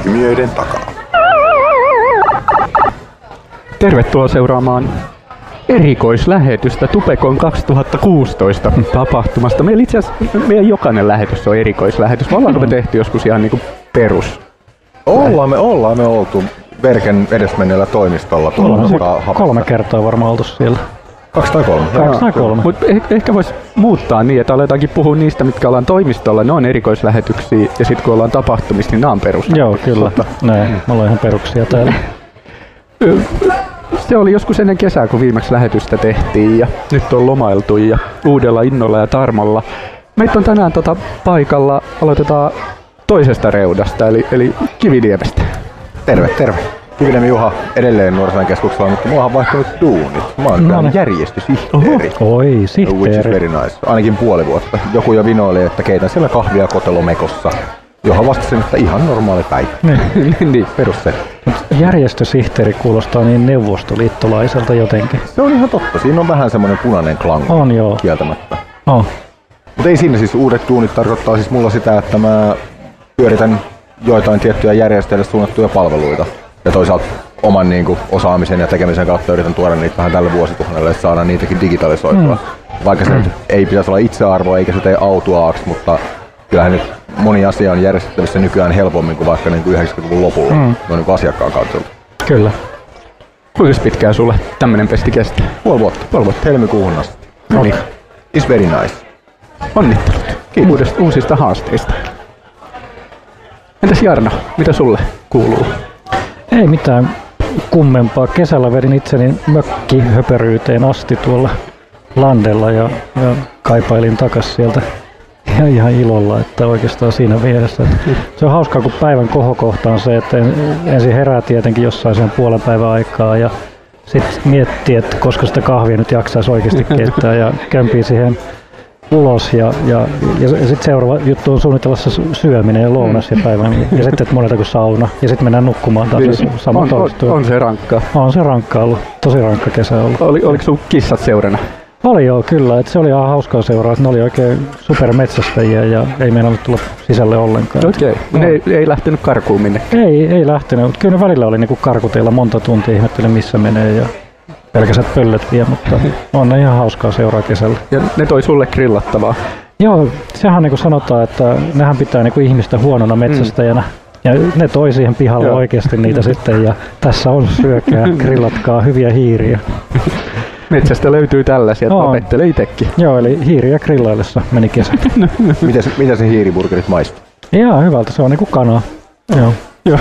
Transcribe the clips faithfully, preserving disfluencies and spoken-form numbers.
hymiöiden takaa. Tervetuloa seuraamaan erikoislähetystä Tupekon kaksituhattakuusitoista tapahtumasta. Meillä itse asiassa meidän jokainen lähetys on erikoislähetys. Vai ollaanko me tehty joskus ihan niinku perus? Ollaan me, ollaan me oltu Bergen edesmenneellä toimistolla. Tuolla kolme kertaa varmaan oltu siellä. Kaksi tai kolme. Kaksi tai kolme. Mut eh- ehkä voisi muuttaa niin, että aletaankin puhua niistä, mitkä ollaan toimistolla. Ne on erikoislähetyksiä ja sitten kun ollaan tapahtumista, niin nämä on perus. Joo, kyllä. Näin. Me ollaan ihan peruksia täällä. Se oli joskus ennen kesää, kun viimeksi lähetystä tehtiin ja nyt on lomailtu ja uudella innolla ja tarmolla. Meitä on tänään tota paikalla, aloitetaan toisesta reudasta, eli, eli Kiviniemestä. Terve, terve. Kiviniemi Juha edelleen Nuorisoalan keskuksella, mutta mulla on vaihtunut duunit. Mä oon no, järjestösihteeri. Oi, sihteeri. Which is very nice. Ainakin puoli vuotta. Joku jo vinoili, että keitän siellä kahvia kotelomekossa. Johon vastasin, että ihan normaali päivä. Niin, niin perus se. Järjestösihteeri kuulostaa niin neuvostoliittolaiselta jotenkin. Se on ihan totta. Siinä on vähän semmoinen punainen klango. On joo. Kieltämättä. On. Mutta ei siinä siis uudet tuunit tarkoittaa siis mulla sitä, että mä pyöritän joitain tiettyjä järjestöille suunnattuja palveluita. Ja toisaalta oman niinku osaamisen ja tekemisen kautta yritän tuoda niitä vähän tälle vuosituhannelle, että saadaan niitäkin digitalisoitua. Mm. Vaikka se mm. nyt ei pitäisi olla itsearvoa eikä se tee autuaaksi, mutta kyllähän nyt moni asia on järjestettävissä nykyään helpommin kuin vaikka niinku yhdeksänkymmentäluvun lopulla. Mm. No niinku asiakkaan kautta. Kyllä. Kuinka pitkään sulle tämmönen pesti kestää? Puoli vuotta. Puoli vuotta. Helmikuuhun asti. No niin. It's very nice. Onnittelut. Uudesta, uusista haasteista. Entäs Jarno, mitä sulle kuuluu? Ei mitään kummempaa. Kesällä vedin itseni mökkihöperyyteen asti tuolla landella ja, ja kaipailin takas sieltä ja ihan ilolla, että oikeastaan siinä vieressä. Se on hauskaa, kun päivän kohokohta on se, että ensin herää tietenkin jossain sen puolen päivän aikaa ja sitten miettii, että koska sitä kahvia nyt jaksaisi oikeasti keittää ja kämpii siihen ulos ja, ja, ja sitten seuraava juttu on suunnitella syöminen ja lounas ja päivän ja sitten että monelta kuin sauna ja sitten mennään nukkumaan taas niin, sama on, on, on se rankkaa. On se rankkaa ollut, tosi rankka kesä ollut. Oli, oliko sun kissat seurana? Oli joo kyllä, että se oli ihan hauskaa seuraa, että ne oli oikein supermetsästäjiä ja ei meinannut tulla sisälle ollenkaan. Okei, okay. Ne ei, ei lähtenyt karkuun minnekään? Ei, ei lähtenyt, mutta kyllä ne välillä oli niinku karkuteilla monta tuntia, ihmettelin missä menee ja pelkästään pöllöt vie, mutta on ne ihan hauskaa seuraa kesällä. Ja ne toi sulle grillattavaa? Joo, sehän niin kuin sanotaan, että nehän pitää niin kuin ihmistä huonona metsästäjänä. Mm. Ja ne toi siihen pihalle Joo. oikeasti niitä sitten ja tässä on syökää, grillatkaa, hyviä hiiriä. Metsästä löytyy tällaisia, että tapettelee itsekin. Joo, eli hiiriä grillaillessa meni kesä. Mitä se, mitä se hiiriburgerit maistuu? Ihan hyvältä, se on niinku kanaa. Joo. Joo.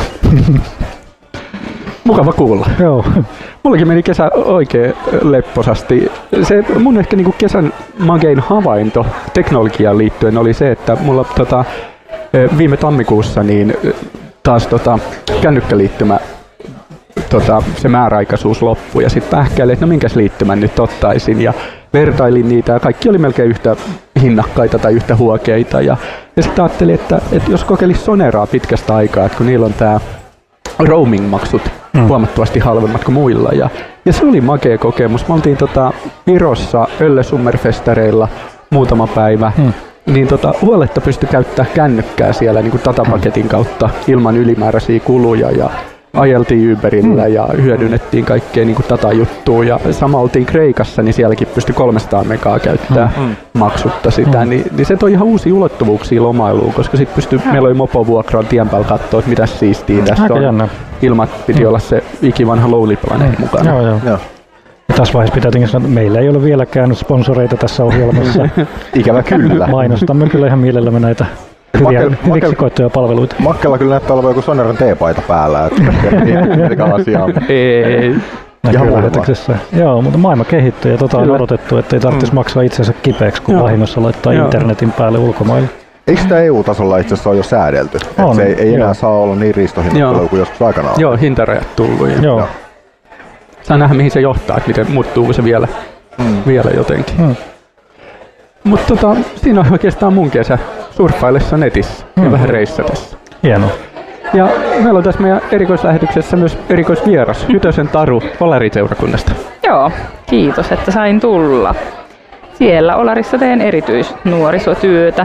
Mukava kuulla. Joo. Mullakin meni kesä oikein lepposasti. Se mun ehkä niinku kesän magein havainto teknologiaan liittyen oli se, että mulla tota, viime tammikuussa niin taas tota, kännykkäliittymä tota, se määräaikaisuus loppui ja sitten pähkäilin, että no minkäs liittymän nyt ottaisin ja vertailin niitä ja kaikki oli melkein yhtä hinnakkaita tai yhtä huokeita ja, ja sitten ajattelin, että, että jos kokeilisi Soneraa pitkästä aikaa, että kun niillä on tää roaming-maksut mm. huomattavasti halvemmat kuin muilla. Ja, ja se oli makea kokemus. Me oltiin tota, Virossa Ölle-Summerfestareilla muutama päivä. Mm. Niin tota, huoletta pystyi käyttämään kännykkää siellä niin kuin datapaketin kautta ilman ylimääräisiä kuluja. Ja ajeltiin Uberillä mm. ja hyödynnettiin kaikkea niin kuin datajuttua. Ja sama oltiin Kreikassa, niin sielläkin pystyi kolmesataa megaa käyttämään mm. maksutta sitä. Mm. Niin, niin se toi ihan uusia ulottuvuuksia lomailuun, koska sitten pystyi, mm. meillä oli mopovuokraan tien päällä katsoa, että mitä siistiä mm. tässä on. Jännä. Ilman piti mm. olla se ikivanha Lonely Planet mm. mukana. Joo, joo. Joo. Ja tässä vaiheessa pitää tietenkin sanoa, että meillä ei ole vieläkään sponsoreita tässä ohjelmassa. Ikävä kyllä. Mainostamme kyllä ihan mielellämme näitä hyviä, hyviksi koettuja palveluita. Makkella kyllä näyttää olevan joku Soneran teepaita päällä. Mikä asiaa. Ei. Joo, mutta maailma kehittyy ja tota on odotettu, että ei tarvitsisi mm. maksaa itsensä kipeäksi, kun vahingossa laittaa Joo. internetin päälle ulkomaille. Eikö sitä E U-tasolla itse asiassa ole jo säädelty? On, se ei, ei enää saa olla niin riistohinnoittelua kuin joskus aikanaan. Joo, hintarajat tullut. Ja Joo. Saa nähdä mihin se johtaa, että miten muuttuu se vielä, mm. vielä jotenkin. Mm. Mutta tota, siinä on oikeastaan mun kesä surffaillessa netissä mm. ja vähän reissatessa. Hienoa. Ja meillä on tässä meidän erikoislähetyksessä myös erikoisvieras, Hytösen Taru Olari-seurakunnasta. Joo, kiitos, että sain tulla. Siellä Olarissa teen erityisnuorisotyötä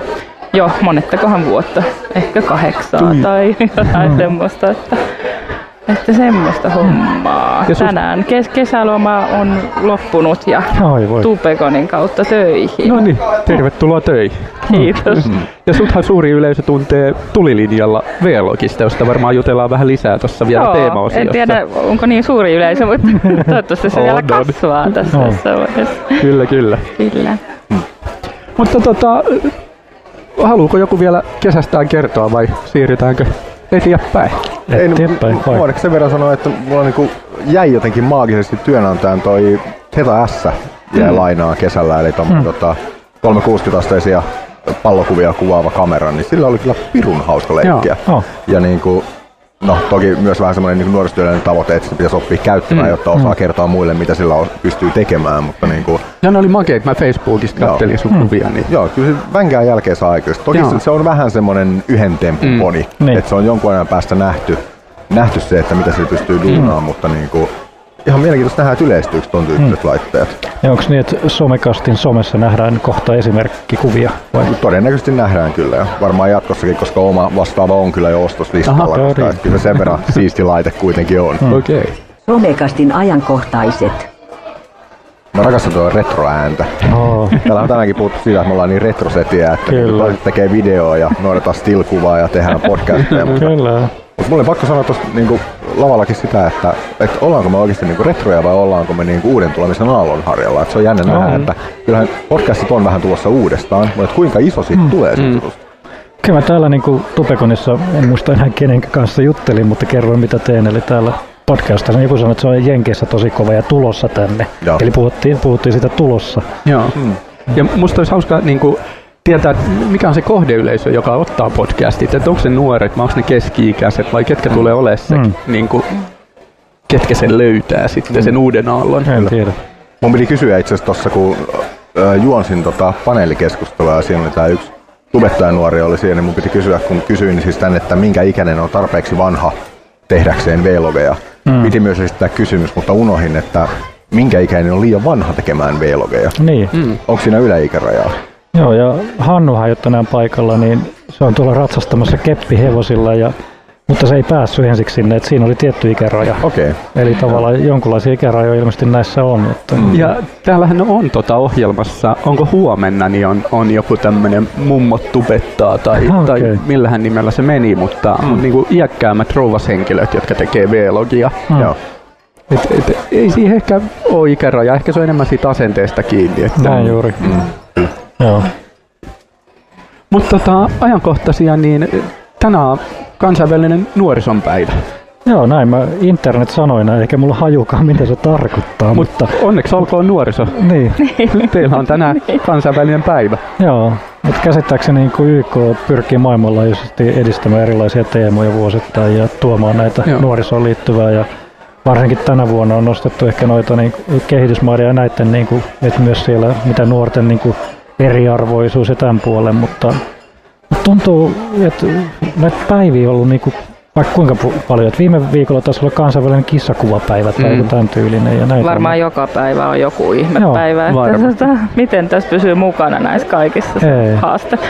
jo monettakohan vuotta, ehkä kahdeksaa Tui. tai jotain mm. semmoista, että, että semmoista hommaa. Ja tänään kes- kesäloma on loppunut ja Tubeconin kautta töihin. No niin, tervetuloa töihin. Kiitos. Mm. Ja suthan suuri yleisö tuntee Tulilinjalla V-logista, josta varmaan jutellaan vähän lisää tuossa vielä Joo, teemaosiossa. En tiedä, onko niin suuri yleisö, mutta toivottavasti se vielä kasvaa tässä no. vaiheessa. Kyllä, kyllä. Kyllä. Mm. Mutta tota, haluuko joku vielä kesästään kertoa vai siirrytäänkö eteenpäin? Eteenpäin. Voidaanko sen verran sanoa, että mulla niinku jäi jotenkin maagisesti työnantajan toi Theta S jäi mm. lainaa kesällä, eli tommoinen mm. tota, kolmesataakuusikymmentä-asteisia pallokuvia kuvaava kamera, niin sillä oli kyllä pirun hauska leikkiä. Oh. Ja niinku, no toki myös vähän semmoinen niin nuorisotyöllinen tavoite, että sitä pitäisi oppia käyttämään, mm. jotta osaa mm. kertoa muille, mitä sillä pystyy tekemään. Mutta niinku, ja ne oli makeet, mä Facebookista kattelin sun mm. kuvia. Niin. Joo, kyllä se vänkään jälkeen saa aikaista. Toki se, se on vähän semmoinen yhden tempun mm. poni, niin. että se on jonkun ajan päästä nähty, nähty se, että mitä sillä pystyy duunaamaan, mm. mutta niinku, ihan mielenkiintoista nähdä, että yleistyykö ton tyyppiset mm. laitteet. Ja onko niin, että Somekastin somessa nähdään kohta esimerkkikuvia? Vai? Todennäköisesti nähdään kyllä ja varmaan jatkossakin, koska oma vastaava on kyllä jo ostoslistalla, Aha, koska kyllä sen verran siisti laite kuitenkin on. Mm. Okay. Somekastin ajankohtaiset. Mä rakastan tuo retroääntä. Oh. Täällä on tänäänkin puhuttu siitä, että me ollaan niin retrosetiä, että toiset tekee videoa ja noudataan still-kuvaa ja tehdään podcasteja. Kyllä. Mutta mulla oli pakko sanoa tuossa niinku lavallakin sitä, että, että ollaanko me oikeasti niinku retroja vai ollaanko me niinku uuden tulemisen aallonharjalla. Et se on jännä mm. nähdä, että kyllähän podcastit on vähän tulossa uudestaan, mutta kuinka iso siitä mm. tulee mm. siitä? Kyllä mä täällä niinku Tubeconissa, en muista enää kenen kanssa juttelin, mutta kerroin mitä teen. Eli täällä podcastissa joku sanoi, että se on Jenkeissä tosi kova ja tulossa tänne. Joo. Eli puhuttiin, puhuttiin siitä tulossa. Joo. Mm. Ja musta olisi hauska niinku tietää, mikä on se kohdeyleisö, joka ottaa podcastit, että onko se nuoret, vai onko ne keski-ikäiset vai ketkä mm. tulee olemaan se, mm. niin kuin, ketkä sen löytää sitten mm. sen uuden aallon. En tiedä. Mun piti kysyä itse asiassa tuossa, kun äh, juonsin tota paneelikeskustelua ja siinä oli tää yksi tubettajanuori oli siinä, niin mun piti kysyä, kun kysyin siis tänne, että minkä ikäinen on tarpeeksi vanha tehdäkseen V-logeja. Mm. Piti myös esittää kysymys, mutta unohin, että minkä ikäinen on liian vanha tekemään V-logeja. Niin. Mm. Onko siinä yläikärajaa? Joo, ja Hannuhan ei ole tänään paikalla, niin se on tuolla ratsastamassa keppihevosilla, ja, mutta se ei päässyt ensiksi sinne, että siinä oli tietty ikäraja. Okei. Eli tavallaan jonkinlaisia ikärajoja ilmeisesti näissä on. Että mm. Ja täällähän on tota ohjelmassa, onko huomenna, niin on, on joku tämmöinen mummot tubettaa, tai, okay. tai millähän nimellä se meni, mutta mm. on niinku iäkkäämmät rouvashenkilöt, jotka tekee V-logia. Mm. Joo. Et, et, ei siihen ehkä ole ikäraja, ehkä se on enemmän siitä asenteesta kiinni. Että näin juuri. Mm. Joo. Mutta tota, ajankohtaisia, niin tänään on kansainvälinen nuorisonpäivä. Joo, näin mä internet sanoin, eikä mulla hajukaan mitä se tarkoittaa. Mut mutta onneksi olkoon nuoriso. Niin. Teillä on tänään kansainvälinen päivä. Joo, mutta käsittääkseni niin kuin Y K pyrkii maailmanlaajuisesti edistämään erilaisia teemoja vuosittain ja tuomaan näitä Joo. nuorisoon liittyvää. Ja varsinkin tänä vuonna on nostettu ehkä noita niin kehitysmaiden ja näiden, niin kuin, että myös siellä mitä nuorten niin kuin eriarvoisuus ja tämän puolen, mutta tuntuu, että näitä päiviä on ollut niin kuin, vaikka kuinka paljon. Että viime viikolla taisi olla kansainvälinen kissakuvapäivä tai mm. tämän tyylinen. Ja näitä varmaan on. Joka päivä on joku ihmepäivä. Joo, että tota, miten tässä pysyy mukana näissä kaikissa haasteissa?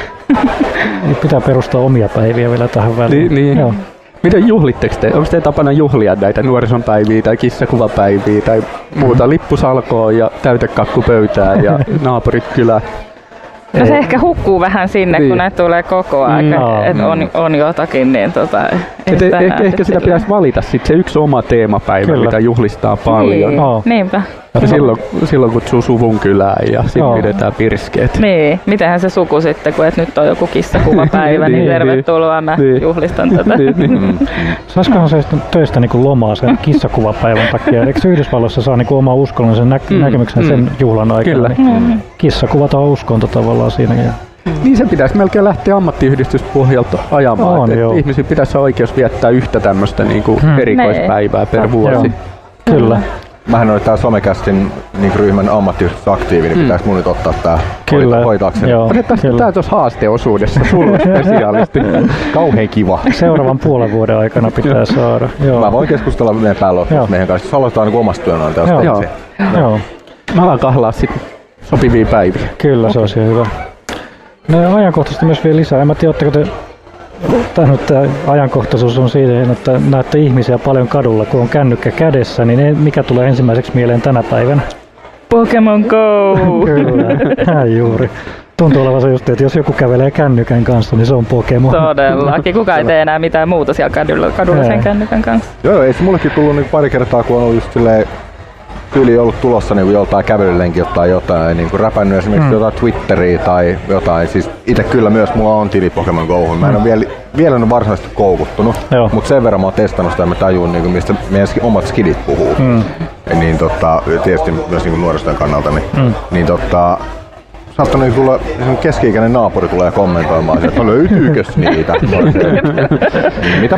Pitää perustaa omia päiviä vielä tähän väliin. Niin, niin. Miten juhlitteko te? Onko te tapana juhlia näitä nuorisonpäiviä tai kissakuvapäiviä tai muuta? Mm. Lippusalkoon ja täytekakku pöytään ja naapurit kylä? No se ehkä hukkuu vähän sinne, niin. kun näitä tulee koko ajan, no, että on, on jotakin. Niin tota, et ehkä, ehkä, ehkä sitä pitäisi valita sit se yksi oma teemapäivä, Kyllä. mitä juhlistaa paljon. Niin, no. Niinpä. Ja silloin, silloin kutsuu suvun kylään ja sitten no. pidetään pirskeet. Niin, mitähän se suku sitten, kun et nyt on joku kissakuvapäivä, niin, niin tervetuloa, mä niin. juhlistan tätä. Niin, niin. Saisikohan se töistä niin lomaa sen kissakuvapäivän takia? Eikö Yhdysvalloissa saa niin omaa uskonnollisen nä- mm. näkemyksen sen mm. juhlan aikana? Kyllä. Niin mm. Kissakuvat on uskonto tavallaan siinä. Ja niin se pitäisi melkein lähteä ammattiyhdistyspohjalta ajamaan, on, että et ihmisillä pitäisi oikeus viettää yhtä tämmöistä niin kuin hmm. erikoispäivää per vuosi. Joo. Kyllä. Mähän olin tää Somecastin niin ryhmän ammattiyhdistysaktiivi, niin mm. pitäis mun nyt ottaa tää hoitaakseni. Otetaan tää tuossa haasteosuudessa sulle spesiaalisti. Kauhean kiva. Seuraavan puolen vuoden aikana pitää saada. Joo. Mä voin keskustella meidän päällä meidän kanssa, jos aloitetaan niin omasta työnantajasta. Joo. Joo. Mä alan kahlaa sitten sopivia päiviä. Kyllä, okay. Se olisi hyvä. Ne ajankohtaisesti myös vielä lisää. En mä tiedä, ootteko te tainnut, että ajankohtaisuus on siinä, että näette ihmisiä paljon kadulla, kun on kännykkä kädessä, niin mikä tulee ensimmäiseksi mieleen tänä päivänä? Pokemon Go! Kyllä, näin juuri. Tuntuu olevan se just, että jos joku kävelee kännykän kanssa, niin se on Pokemon. Todellakin. Kuka ei tee enää mitään muuta siellä kadulla, kadulla sen kännykän kanssa. Joo, joo, ei se mullekin tullut niin pari kertaa, kun on ollut just silleen tyyli ollut tulossa niin joltain kävelylenkiltä tai jotain, niin kuin räpännyt esimerkiksi mm. jotain Twitteriä tai jotain. Siis itse kyllä myös mulla on tili Pokemon Gohun. Mä en ole vielä, vielä en ole varsinaisesti koukuttunut, mutta sen verran mä oon testannut sitä ja mä tajun, niin kuin, mistä meidän omat skidit puhuu. Mm. Niin tota, tietysti myös niin nuorisojen kannalta. Niin, mm. niin tota, saattaa niin tulla keski-ikäinen naapuri tulee kommentoimaan, että löytyykös niitä? Mitä?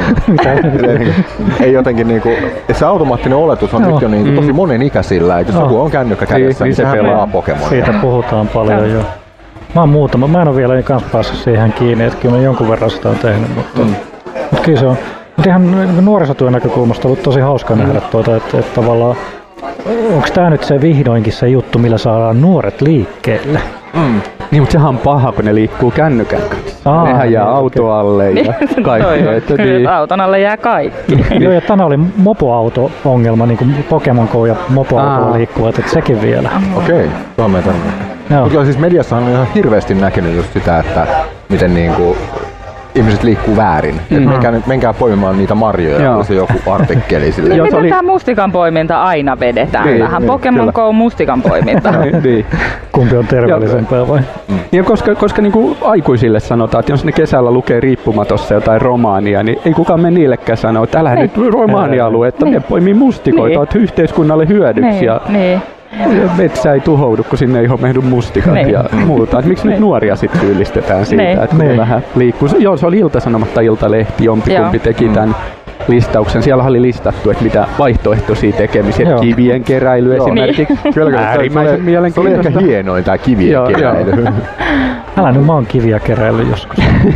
Ei jotenkin niinku, se automaattinen oletus on no. nyt jo niinku tosi monen ikäisillä, että jos no. joku on kännykkä kädessä, niin, niin se pelaa Pokemonia. Siitä puhutaan paljon jo. Mä oon muutama, mä en ole vielä kans päässyt siihen kiinni, että kyllä mä jonkun verran sitä on tehnyt, mutta, mm. mutta kyllä se on. Mutta ihan nuorisotyön näkökulmasta on ollut tosi hauska mm. nähdä tuota, että, että tavallaan onko tää nyt se vihdoinkin se juttu, millä saadaan nuoret liikkeelle? Mm. Niin, mutta sehän on paha, kun ne liikkuu kännykän kanssa. Aa, nehän jää niin, auto alle ja niin, kaikki. Kyllä, auton alle jää kaikki. Joo, ja tänä oli mopoauto-ongelma, niin kuin Pokemon Go ja mopoauto liikkuu, että sekin vielä. Okei, okay, tuohon meitä. Mutta siis mediassahan on ihan hirveästi näkynyt just sitä, että miten niinku ihmiset liikkuu väärin. Mm. Et menkää, menkää poimimaan niitä marjoja, kun se joku artikkeli sille. Miten oli tämä mustikan poiminta aina vedetään niin, tähän? Niin, Pokemon Go mustikan poiminta. niin. Kumpi on terveellisempää vai? Mm. Ja koska, koska niinku aikuisille sanotaan, että jos ne kesällä lukee Riippumatossa jotain romaania, niin ei kukaan mene niillekään sanoa, että älä nyt romaanialue, että niin. me poimii mustikoita, niin. yhteiskunnalle hyödyksi. Niin. Ja niin. metsä ei tuhoudu, kun sinne ei ole mennyt mustikat niin. ja muuta. Et miksi nyt nuoria sitten syyllistetään siitä, niin. että ne vähän liikkuu. Joo, se oli Ilta-Sanomat tai Iltalehti, jompikumpi teki tämän mm. listauksen. Siellä oli listattu, että mitä vaihtoehtoisia tekemisiä. Joo. Kivien keräily joo. esimerkiksi. Kyllä, äärimmäisen mielenkiintoista. Se oli ehkä hienoin tämä kivien joo, keräily. Joo. Älä nyt, mä oon kiviä keräily joskus.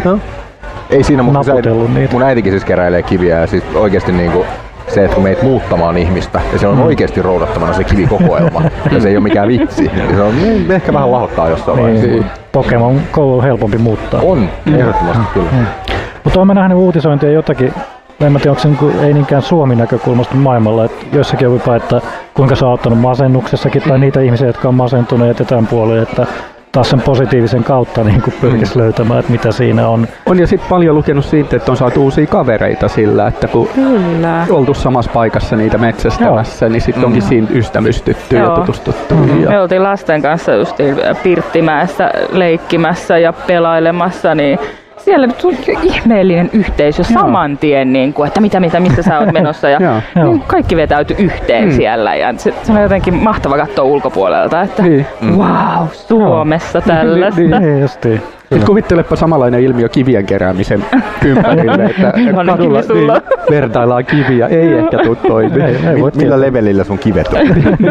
Ei siinä, mutta mun äitikin siis keräilee kiviä ja siis oikeesti niinku se, että kun meet muuttamaan ihmistä ja se on mm. oikeasti roudattavana se kivikokoelma ja se ei ole mikään vitsi. Ja se on niin, ehkä vähän lahottaa jossain niin, vaiheessa. Pokemon Go on helpompi muuttaa. On, ehdottomasti mm. kyllä. Mm. Mutta olen nähnyt uutisointia jotakin, en tiedä, onko se niin kuin, ei niinkään Suomen näkökulmasta maailmalla, että jossakin on jopa, että kuinka se on auttanut masennuksessakin tai niitä ihmisiä, jotka on masentuneet ja tämän puoleen, että taas sen positiivisen kautta niin pyrkisi mm. löytämään, että mitä siinä on. On ja sitten paljon lukenut siitä, että on saatu uusia kavereita sillä, että kun Kyllä. oltu samassa paikassa niitä metsästämässä, Joo. niin sitten mm. onkin siinä ystävystytty Joo. ja tutustuttu. Mm-hmm. Ja... Me oltiin lasten kanssa just Pirttimäessä leikkimässä ja pelailemassa, niin siellä tuli ihmeellinen yhteisö Joo. saman tien, niin kuin, että mitä, mitä, missä sä oot menossa. Ja niin kaikki vetäytyi yhteen mm. siellä. Ja se, se on jotenkin mahtava katsoa ulkopuolelta, että niin. wow, Suomessa Joo. tällaista. Niin, niin justiin. Kuvittelepa samanlainen ilmiö kivien keräämisen ympärille, että kadulla niin, vertaillaan kiviä. Ei ehkä tuu toimia. Millä levelillä sun kivet on?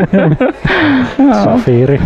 Safiiri.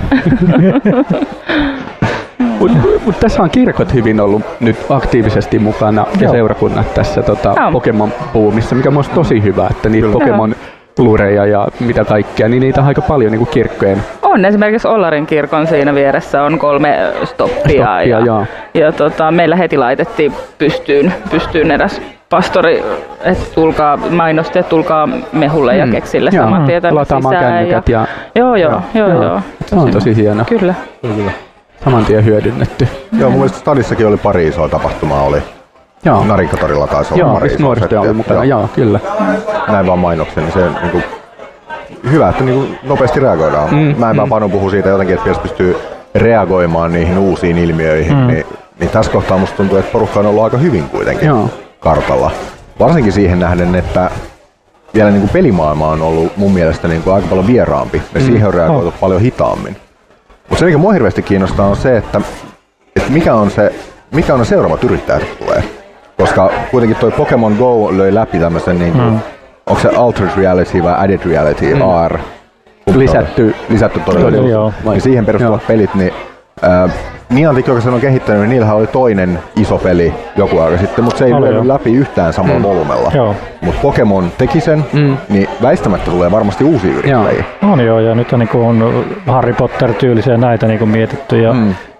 Mutta mut tässä on kirkot hyvin ollut nyt aktiivisesti mukana ja Joo. seurakunnat tässä tota, Pokemon-puumissa, mikä on minusta tosi hyvä, että niitä Pokemon-lureja ja mitä kaikkea, niin niitä on aika paljon niin kuin kirkkojen. On, esimerkiksi Ollarin kirkon siinä vieressä on kolme stoppia, stoppia ja, ja, ja tota, meillä heti laitettiin pystyyn, pystyyn eräs pastori, että tulkaa mainosti, että tulkaa mehulle mm. ja keksille saman tietä sisään. Ja, ja, joo, joo, joo, joo, joo. Se on tosi hieno. Kyllä. Kyllä. Saman tien hyödynnetty. Joo, mun mielestä Stadissakin oli pari isoa tapahtumaa. Oli Joo. Narikkatorilla taisi olla joo, pari isoa settiä. Oli mukana, joo. joo, kyllä. Näin vaan mainoksen, niin se niin kuin, hyvä, että niin kuin, nopeasti reagoidaan. Mm, Mä en mm. vaan Panu puhu siitä jotenkin, että pitäisi pystyy reagoimaan niihin uusiin ilmiöihin. Mm. Niin, niin tässä kohtaa musta tuntuu, että porukka on ollut aika hyvin kuitenkin joo. kartalla. Varsinkin siihen nähden, että vielä niin kuin pelimaailma on ollut mun mielestä niin kuin aika paljon vieraampi. Ja mm. siihen on reagoitu oh. paljon hitaammin. Mutta se, mikä mua hirveästi kiinnostaa, on se, että, että mikä on se, mikä on ne seuraavat yrittäjät tulee. Koska kuitenkin toi Pokemon Go löi läpi tämmösen, niin kuin, mm. onko se altered reality vai added reality, mm. A R? Lisätty. Lisätty todellisuus. Niin siihen perustuvat pelit, niin äh, Niantic, joka sen on kehittänyt, niin niillähän oli toinen iso peli joku aika sitten, mutta se ei lyönyt läpi yhtään samalla mm. volumella. Mutta Pokemon teki sen, mm. niin väistämättä tulee varmasti uusia yrittäjiä. On joo, ja nyt on, niin on Harry Potter-tyylisiä näitä niin mietitty. Ja, mm.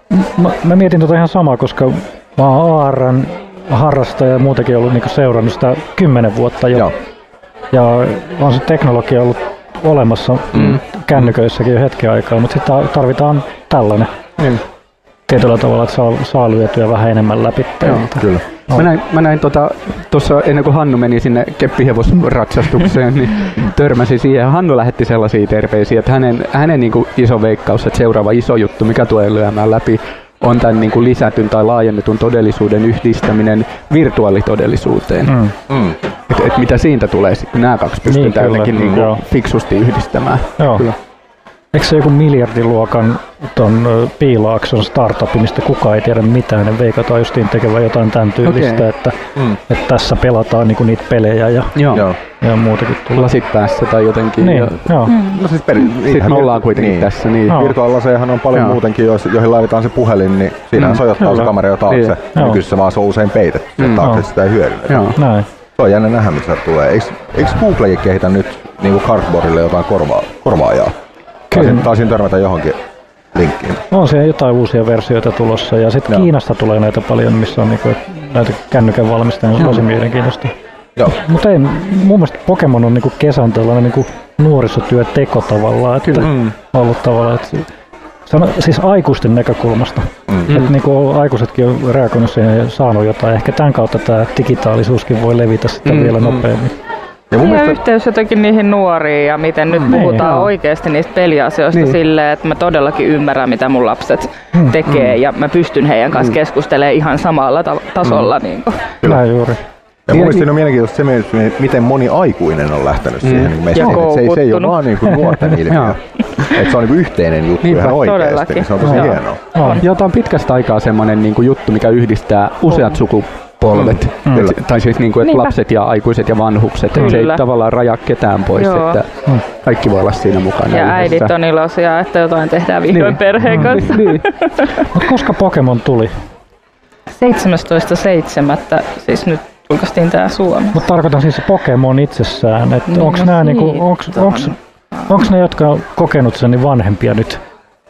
Mä, mä mietin tota ihan samaa, koska mä oon A R:n harrastaja ja muutenkin ollut niinku seurannut sitä kymmenen vuotta jo. Joo. Ja on se teknologia ollut olemassa mm. kännyköissäkin jo hetken aikaa, mutta sitten tarvitaan tällainen. Mm. Tietyllä tavalla, että saa, saa lyötyä vähän enemmän läpi. Joo, kyllä. No. Mä näin, mä näin tuossa tota, ennen kuin Hannu meni sinne keppihevosratsastukseen, niin törmäsin siihen. Hannu lähetti sellaisia terveisiä, että hänen, hänen niin kuin iso veikkaus, että seuraava iso juttu, mikä tulee lyömään läpi, on tämän niin kuin lisätyn tai laajennetun todellisuuden yhdistäminen virtuaalitodellisuuteen. Mm. Mm. Et, et mitä siitä tulee, kun nämä kaksi pystytään niin, jotenkin niin kuin fiksusti yhdistämään. Joo. Kyllä. Eikö se joku miljardiluokan ton Piilaakson startupi, mistä kukaan ei tiedä mitään, ne veikataan justiin tekevän jotain tämän tyylistä, okay. että, mm. että tässä pelataan niinku niitä pelejä ja, joo. ja muutakin tulee. Lasit päässä tai jotenkin. Niin, ja, joo. Mm. No siis peri, sitten me ollaan kuitenkin niin. tässä. Niin. No. Virtuaalilasejahan on paljon joo. muutenkin, joihin laitetaan se puhelin, niin siinähän mm. sojottaa se kamera jo taakse. Niin. Nykyisessä vaan se on usein peitetty, mm. taakse sitä ei hyödynnetä. Se on jännä nähdä, mitä tulee. Eikö, eikö Google kehitä nyt niin Cardboardille jotain korvaa, korvaajaa? Taisin, taisin törmätä johonkin linkkiin. On siellä jotain uusia versioita tulossa ja sitten Kiinasta tulee näitä paljon, missä on niinku näitä kännykän valmistajia, se on tosi mielenkiintoista. Mutta ei, mun mielestä Pokemon on niinku kesän tällainen niinku nuorisotyöteko tavallaan, että mm. ollut tavallaan, että sano, siis aikuisten näkökulmasta, mm. että niinku aikuisetkin on reagoinut siihen ja saanut jotain, ehkä tämän kautta tämä digitaalisuuskin voi levitä sitä mm. vielä nopeammin. Ja, ja mielestä... yhteys jotenkin niihin nuoriin ja miten nyt mm, puhutaan niin, oikeasti niistä peliasioista niin. silleen, että mä todellakin ymmärrän, mitä mun lapset mm, tekee mm. ja mä pystyn heidän kanssa mm. keskustelemaan ihan samalla ta- tasolla. Mm. Niin Kyllä juuri. Ja mun mielestä on mielenkiintoista se, miten moni aikuinen on lähtenyt mm. siihen. Niin se, ei, se ei ole vaan niin kuin nuorten ilmiö. Että se on niin kuin yhteinen juttu Niinpä, ihan oikeasti. Niin se on tosi no. hienoa. No. Ja tämä on pitkästä aikaa semmoinen niin kuin juttu, mikä yhdistää useat sukupolvet. Mm. Mm. Tai siis niin kuin, että lapset ja aikuiset ja vanhukset. Että se ei tavallaan rajaa ketään pois. Että kaikki voi olla siinä mukana. Ja äidit yhdessä. On iloisia, että jotain tehdään vihdoin niin. perheen kanssa. Niin. Mutta koska Pokemon tuli? seitsemästoista seitsemättä siis nyt julkaistiin tää Suomessa. Mutta tarkoitan siis Pokemon itsessään, että niin, onko nämä niinku, onks, onks, onks ne, jotka on kokenut sen, niin vanhempia nyt?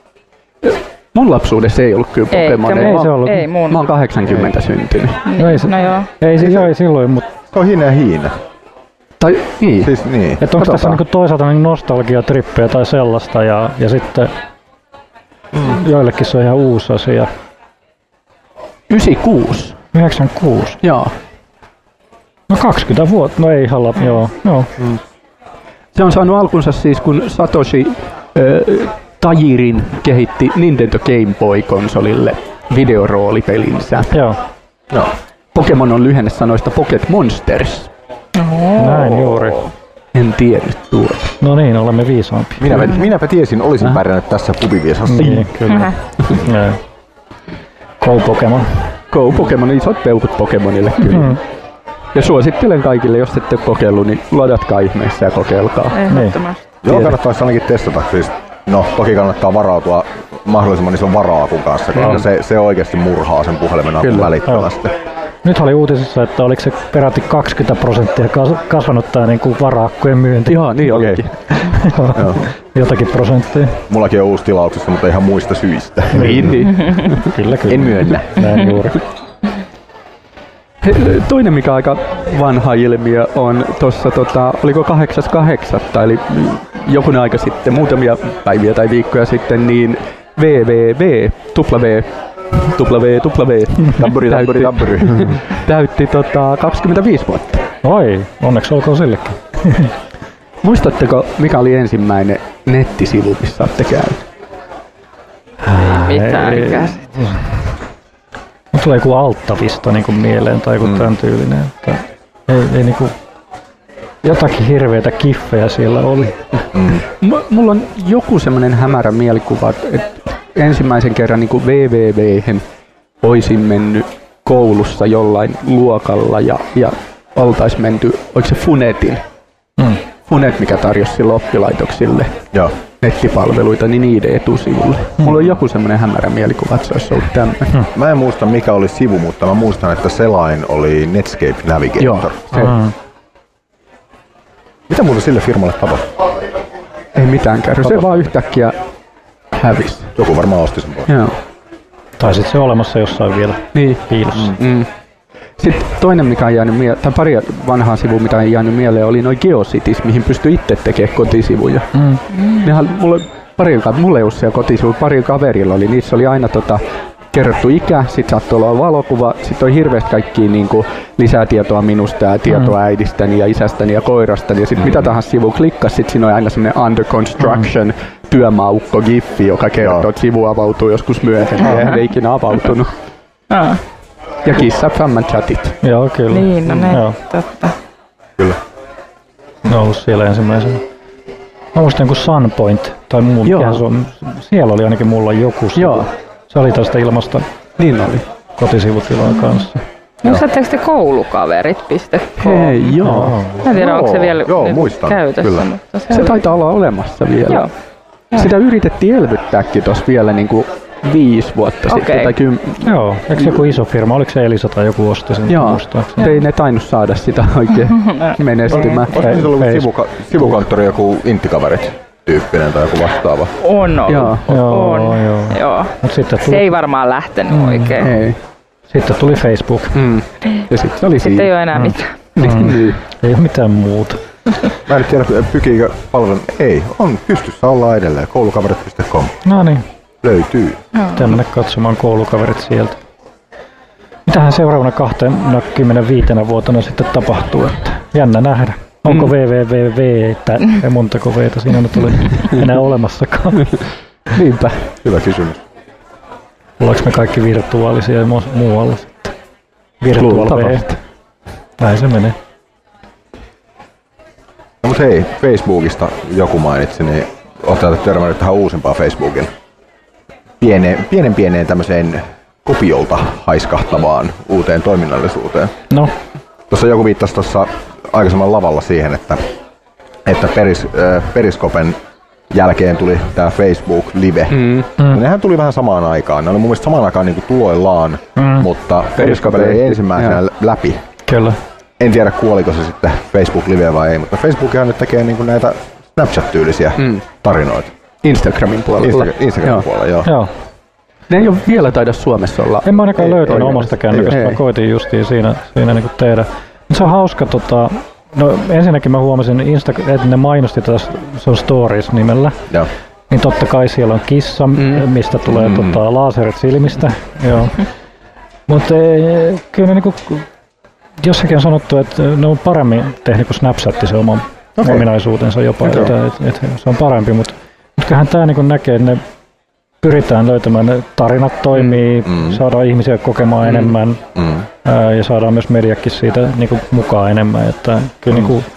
Mun lapsuudessa ei ollut kyllä Pokemon. Ei, ei se ollut. Ei mun. Mä oon kahdeksankymmentä syntynyt. No, ei, no joo. Ei, siis, joo, ei silloin, mutta... Se on Hiina ja Hiina. Tai niin. Siis niin. Että onko tässä niinku toisaalta niin nostalgiatrippejä tai sellaista ja, ja sitten mm. joillekin se on ihan uusi asia. yhdeksänkymmentäkuusi. yhdeksänkymmentäkuusi? Joo. No kaksikymmentä vuotta, no ei halua, mm. joo. joo. Mm. Se on saanut alkunsa siis, kun Satoshi äh, Tajirin kehitti Nintendo Game Boy-konsolille videoroolipelinsä. Joo. No. Pokemon on lyhenne sanoista Pocket Monsters. Oh. Näin juuri. En tiennyt tuota. No niin, olemme viisaampia. Minäpä, minäpä tiesin, olisin äh. pärjännyt tässä pubiviesassa. Niin, kyllä. Go Pokemon. Go Pokemon, isot peukut Pokemonille kyllä. Mm. Ja suosittelen kaikille, jos ette ole kokeillut, niin ladatkaa ihmeessä ja kokeilkaa. Ehdottomasti. Niin. Joo, kannattaisi ainakin testata. Siis, no, toki kannattaa varautua mahdollisimman ison varaakun kanssa, koska no. se, se oikeasti murhaa sen puhelimen akun välittömästi. Nyt oli uutisissa, että oliko se peräti kaksikymmentä prosenttia kasvanut tämä niinku varaakkujen myynti. Joo, niin olikin. Okay. Jotakin prosenttia. Mullakin on uusi tilauksessa, mutta ihan muista syistä. Niin, niin. Kyllä, kyllä. En myönnä. Näin juuri. Toinen mikä aika vanha ilmiö on tuossa, tota, oliko kahdeksas kahdeksatta eli jokunen aika sitten, muutamia päiviä tai viikkoja sitten, niin www, W, W, W, tabburi, tabburi, tabburi. täytti tota, kaksikymmentäviisi vuotta. Oi, onneksi olkoon sillekin. Muistatteko, mikä oli ensimmäinen nettisivu, missä olette käynyt? Ei mitään käsitystä. Mut tulee joku Altavista niinku mieleen tai joku mm. tämän tyylinen. Että ei, ei niinku jotakin hirveitä kiffejä siellä oli. Mm. M- mulla on joku semmoinen hämärä mielikuva, että ensimmäisen kerran niinku www:hen oisin mennyt koulussa jollain luokalla ja, ja oltais menty, oliko se Funetin? Mm. Funet, mikä tarjosi silloin oppilaitoksille ja. nettipalveluita, niin niiden etusivulle. Mm. Mulla on joku semmoinen hämärä mielikuva, että se olisi ollut tämmöinen. Mm. Mä en muista mikä oli sivu, mutta mä muistan, että selain oli Netscape Navigator. Joo, se. Mm. Mitä muuta sille firmalle tapahtui? Ei mitään käy, se vaan yhtäkkiä hävisi. Joku varmaan osti sen pois. Joo. Tai sitten se on olemassa jossain vielä niin. piilossa. Mm. Mm. Sitten toinen, mikä on jäänyt mieleen, tai pari vanhaa sivua, mitä on jäänyt mieleen, oli noi GeoCities, mihin pystyy itse tekemään kotisivuja. Mm. Nehän, mulla, pari, mulla ei ollut siellä kotisivuja, pari kaverilla oli, niissä oli aina tota, kerrottu ikä, sit saattoi olla valokuva, sit oli hirveästi kaikkia niinku lisää tietoa minusta ja tietoa mm. äidistäni ja isästäni ja koirastani ja sit mm. mitä tahansa sivu klikkas, sit siinä on aina semmonen under construction mm. työmaaukko giffi, joka kertoo, että sivu avautuu joskus myöhemmin, eihän ei ikinä avautunut. Ah. Ja kissa famman chatit. Joo, kyllä. Niin, no ne, Joo. totta. Kyllä. Ne on ollut siellä ensimmäisenä. Mä muistan joku Sunpoint tai muu, mikä se on. Siellä oli ainakin mulla joku sivu. Joo. Se oli tästä ilmasta niin oli. Kotisivutilaa kanssa. Muistatteko te koulukaverit piste com? Hei, joo. Mä en tiedä, onko se vielä joo, muistan, käytössä. kyllä. Mutta se, se taitaa olla olemassa vielä. Joo. Sitä yritettiin elvyttääkin tuossa vielä niinku viisi vuotta okay. sitten. Tai kym... Joo, eikö joku iso firma, oliko se Elisa tai joku osti sen? Joo, ei ne tainnut saada sitä oikein menestymään. Olisiko niitä ollut sivuka- sivukonttori joku inttikaverit tyyppinen tai joku vastaava? On ollut. Joo, joo, on. joo. joo. Mut sitten tuli... Se ei varmaan lähtenyt mm. oikein. Ei. Sitten tuli Facebook. Mm. Ja sitten oli Sitten ei ole enää mm. mitään. Mm. Ei ole mitään muuta. Mä en tiedä, pykiikö palvelun. Ei, on pystyssä ollaan edelleen. koulukaverit piste com. No niin. Löytyy. Pitää mennä katsomaan koulukaverit sieltä. Mitähän seuraavana kaksikymmentäviisi vuotena sitten tapahtuu? Että jännä nähdä. Onko mm. www, että ja montako veitä siinä nyt oli enää olemassakaan? Niinpä. Hyvä kysymys. Ollaanko me kaikki virtuaalisia ja muualla sitten? Virtuaalveet. Näin se menee. No mut hei, Facebookista joku mainitsi, niin ootte törmännyt tähän uusimpaan Facebookin pieneen, pienen pieneen tämmöiseen kopiolta haiskahtavaan uuteen toiminnallisuuteen. No. Tuossa joku viittasi tuossa aikaisemman lavalla siihen, että, että peris, äh, Periskopen jälkeen tuli tää Facebook Live. Mm. Mm. Nehän tuli vähän samaan aikaan. Ne oli mun mielestä samaan aikaan niinku tuloillaan, mm. mutta Periskope ei ensimmäisenä ja. läpi. Kyllä. En tiedä kuoliko se sitten Facebook Live vai ei, mutta Facebookihan nyt tekee niinku näitä Snapchat-tyylisiä mm. tarinoita. Instagramin puolella. Insta- Instagramin joo. puolella, joo. joo. Ne ei ole vielä taida Suomessa olla. En mä ainakaan löytänyt omasta kännykästä. Mä koitin justiin siinä, siinä niinku tehdä. Se on hauska, tota, no ensinnäkin mä huomasin, Insta- että ne mainosti tätä, se on Stories nimellä. Joo. Niin totta kai siellä on kissa, mm. mistä tulee mm. tota, laserit silmistä. Joo. Mutta kyllä ne niinku, jossakin on sanottu, että ne on paremmin tehnyt kuin Snapchat se oman okay. ominaisuutensa jopa, okay. että, että, että se on parempi. Mutta mut kyllähän tämä niinku näkee, että ne pyritään löytämään, ne tarinat toimii, mm. saadaan ihmisiä kokemaan mm. enemmän mm. ää, ja saadaan myös mediakin siitä niinku mukaan enemmän. Että kyllä mm. niinku,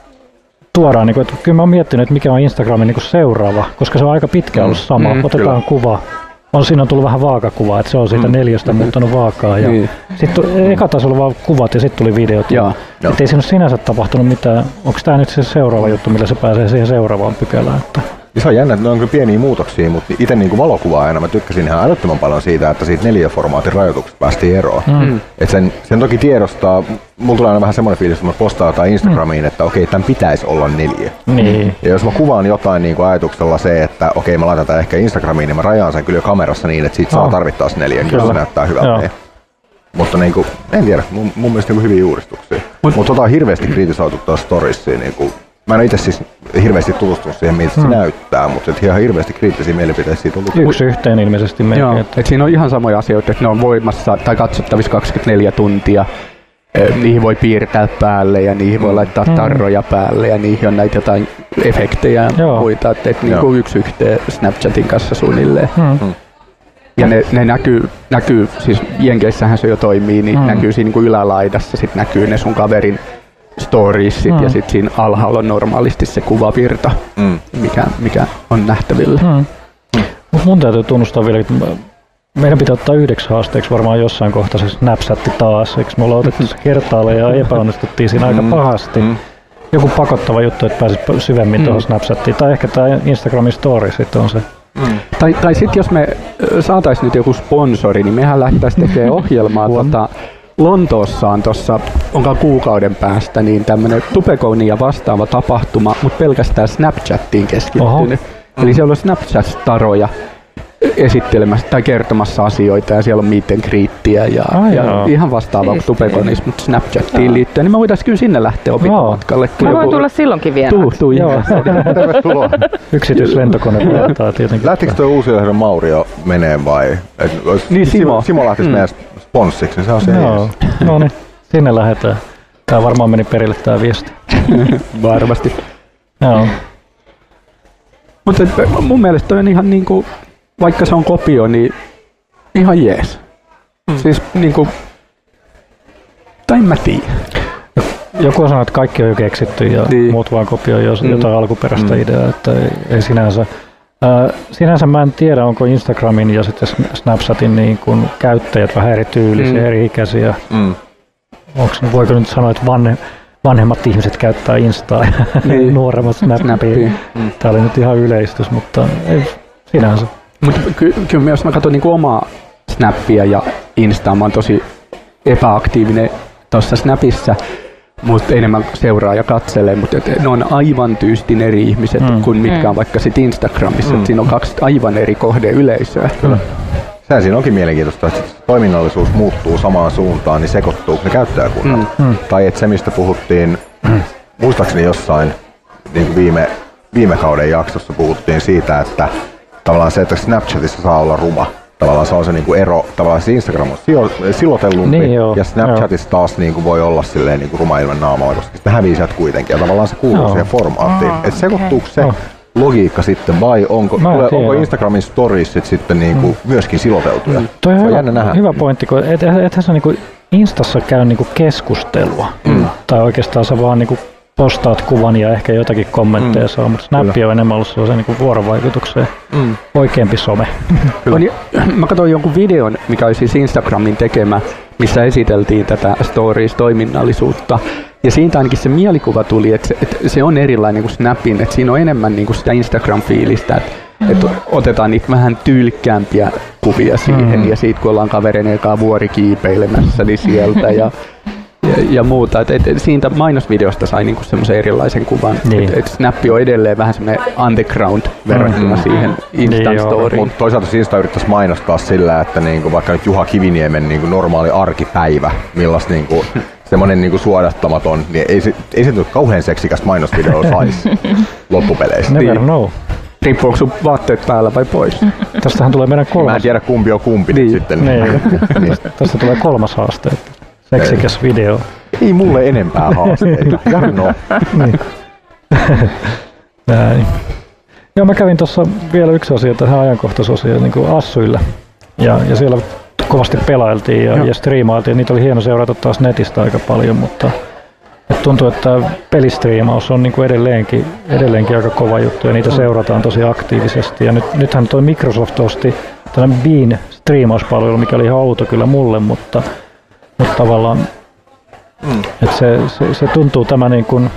tuodaan, niinku, että kyllä mä oon miettinyt, että mikä on Instagramin niinku seuraava, koska se on aika pitkä ollut sama. Mm. Otetaan kyllä. kuva. On, siinä on tullut vähän vaakakuvaa, että se on siitä mm. neljöstä muuttanut vaakaa. Ja niin. Sitten eka taisi olla vaan kuvat ja sitten tuli videot. Että ei siinä ole sinänsä tapahtunut mitään. Onko tämä nyt se seuraava juttu, millä se pääsee siihen seuraavaan pykälään? Että se on jännä, että ne on kyllä pieniä muutoksia, mutta itse niin kuin valokuvaajana mä tykkäsin ihan älyttömän paljon siitä, että siitä neliöformaatin rajoituksesta päästiin eroon. Mm. Et sen, sen toki tiedostaa, mulla tulee aina vähän semmoinen fiilis, että mä postaan jotain Instagramiin, mm. että okei, tämän pitäisi olla neljä. Niin. Ja jos mä kuvaan jotain niin kuin ajatuksella se, että okei, mä laitan tämän ehkä Instagramiin, niin mä rajaan sen kyllä jo kamerassa niin, että siitä oh. saa tarvittaessa neljä, jos se näyttää hyvältä. Mutta niin kuin, en tiedä, mun, mun mielestä niin hyviä uudistuksia. Mutta Mut tota on hirveästi kritisoitu tuossa storiessiin. Niin mä en itse siis hirveästi tutustunut siihen, miltä se hmm. näyttää, mutta ihan hirveästi kriittisiä mielipiteitä siitä on tullut. Yksi yhteen ilmeisesti melkein. Joo, et siinä on ihan samoja asioita, että ne on voimassa tai katsottavissa kaksikymmentäneljä tuntia. Mm. Niihin voi piirtää päälle ja niihin voi laittaa mm. tarroja päälle ja niihin on näitä jotain efektejä ja Joo. muita. Että et niinku yksi yhteen Snapchatin kanssa suunnilleen. Mm. Ja ne, ne näkyy, näkyy, siis Jenkeissähän se jo toimii, niin mm. näkyy siinä niinku ylälaidassa, sit näkyy ne sun kaverin storiesit mm. ja sitten siinä alhaalla on normaalisti se kuvavirta, mm. mikä, mikä on nähtävillä. Mm. Mut mun täytyy tunnustaa vielä, että meidän pitää ottaa yhdeksi haasteeksi varmaan jossain kohtaa se Snapchatti taas. Eikö me ollaan otettu se kertaalle ja epäonnistuttiin siinä aika pahasti. Mm. Joku pakottava juttu, että pääsis syvemmin mm. tuohon Snapchattiin. Tai ehkä tämä Instagramin story sitten on se. Mm. Tai, tai sitten jos me saataisiin nyt joku sponsori, niin mehän lähdettäisiin tekemään ohjelmaa. tota, Lontoossa on tuossa, onkaan kuukauden päästä, niin tämmöinen Tupekounia vastaava tapahtuma, mutta pelkästään Snapchattiin keskittynyt. Oho. Eli siellä on Snapchat-staroja. esittelemässä tai kertomassa asioita ja siellä on meet and greetia ja, ah, ja ihan vastaavaa kuin Tubeconissa, mutta Snapchatiin liittyen, niin me voitaisiin kyllä sinne lähteä opintomatkalle. Mä voin tulla silloinkin vielä. Tuu, tuu. Tervetuloa. Yksityislentokone vuotaa tietenkin. Lähtikö tuo Uusilehden Maurio menee vai? Et, niin Simo. Simo lähtisi mm. meidän sponssiksi, niin se on se no, no niin, sinne lähdetään. Tää varmaan meni perille tää viesti. Varmasti. Joo. Mutta mun mielestä toi on ihan niinku, vaikka se on kopio, niin ihan jees. Mm. Siis niinku, tai en mä tiedä. Joku sanoo, että kaikki on jo keksitty ja niin. muut vaan kopioi mm. jotain alkuperäistä mm. ideaa, että ei, ei sinänsä. Äh, sinänsä mä en tiedä, onko Instagramin ja sitten Snapchatin niin kun käyttäjät vähän eri tyylisiä, mm. eri ikäisiä. Mm. Onks, voiko nyt sanoa, että vanne, vanhemmat ihmiset käyttää Instaa ja niin. nuoremmat Snappia. Mm. Tää oli nyt ihan yleistys, mutta ei sinänsä. Mutta ky- kyllä jos mä katson niinku omaa Snappia ja Instaa, mä oon tosi epäaktiivinen tuossa Snapissa, mutta enemmän seuraa ja katselee, mutta ne on aivan tyystin eri ihmiset mm. kuin mitkä on vaikka sit Instagramissa. Mm. Siinä on kaksi aivan eri kohdeyleisöä. Kyllä. Sehän siinä onkin mielenkiintoista, että toiminnallisuus muuttuu samaan suuntaan, niin sekoittuu ne käyttäjäkunnat. Mm. Mm. Tai että se, mistä puhuttiin, mm. muistaakseni jossain niin kuin viime, viime kauden jaksossa puhuttiin siitä, että tavallaan se, että Snapchatissa saa olla ruma. Tavallaan se on se niinku ero, tavallaan se Instagram on silotellumpi niin ja Snapchatissa taas niinku voi olla silleen niinku ruma ilman naamalla, koska sitten hävii sieltä kuitenkin ja tavallaan se kuuluu joo. siihen formaattiin. Oh, että sekoittuuko okay. se oh. logiikka sitten vai onko, tule, onko Instagramin stories sit sitten niinku mm. myöskin siloteltuja? Mm. Toi on hyvä, nähdä. hyvä pointti, kun et, ethän sä niinku Instassa käy niinku keskustelua mm. tai oikeastaan sä vaan niinku postaat kuvan ja ehkä jotakin kommentteja mm. saa, mutta Snap on enemmän ollut sellaisen niin vuorovaikutukseen mm. oikeampi some. On, mä katsoin jonkun videon, mikä oli siis Instagramin tekemä, missä esiteltiin tätä stories-toiminnallisuutta. Ja siitä ainakin se mielikuva tuli, että se, että se on erilainen kuin Snapin, että siinä on enemmän niin kuin sitä Instagram-fiilistä, että, mm. että otetaan niitä vähän tyylikkäämpiä kuvia siihen mm. ja siitä kun ollaan kavereiden ekaa vuorikiipeilemässä, niin sieltä ja Ja, ja muuta. Et, et, siitä mainosvideosta sai niinku semmoisen erilaisen kuvan. Niin. Et, et Snap on edelleen vähän semmoinen underground verrattuna mm. siihen Instan niin storyin. Mutta toisaalta Insta yrittäisi mainostaa sillä, että niinku vaikka nyt Juha Kiviniemen niinku normaali arkipäivä, millas niinku semmoinen niinku suodattamaton, niin ei se, ei se nyt kauhean seksikästä mainosvideoa saisi loppupeleissä. Never know. Riippuuko sun vaatteet päällä vai pois? Tästähän tulee meidän kolmas. Mä en tiedä kumpi on kumpi niin. sitten. Niin. niin. Tästä tulee kolmas haaste. Seksikäs video. Ei mulle enempää haasteita. Jarno. niin. Näin. Joo, mä kävin tuossa vielä yksi asia tähän ajankohtaisosioon niin kuin Assuilla. Ja, ja siellä kovasti pelailtiin ja, ja striimailtiin. Niitä oli hieno seurata taas netistä aika paljon, mutta et tuntuu, että pelistriimaus on niin kuin edelleenkin, edelleenkin aika kova juttu ja niitä seurataan tosi aktiivisesti. Ja nyt, nythän toi Microsoft osti tällainen Bean striimauspalvelu, mikä oli ihan outo kyllä mulle, mutta Mutta tavallaan, mm. että se, se, se tuntuu tämä niin kuin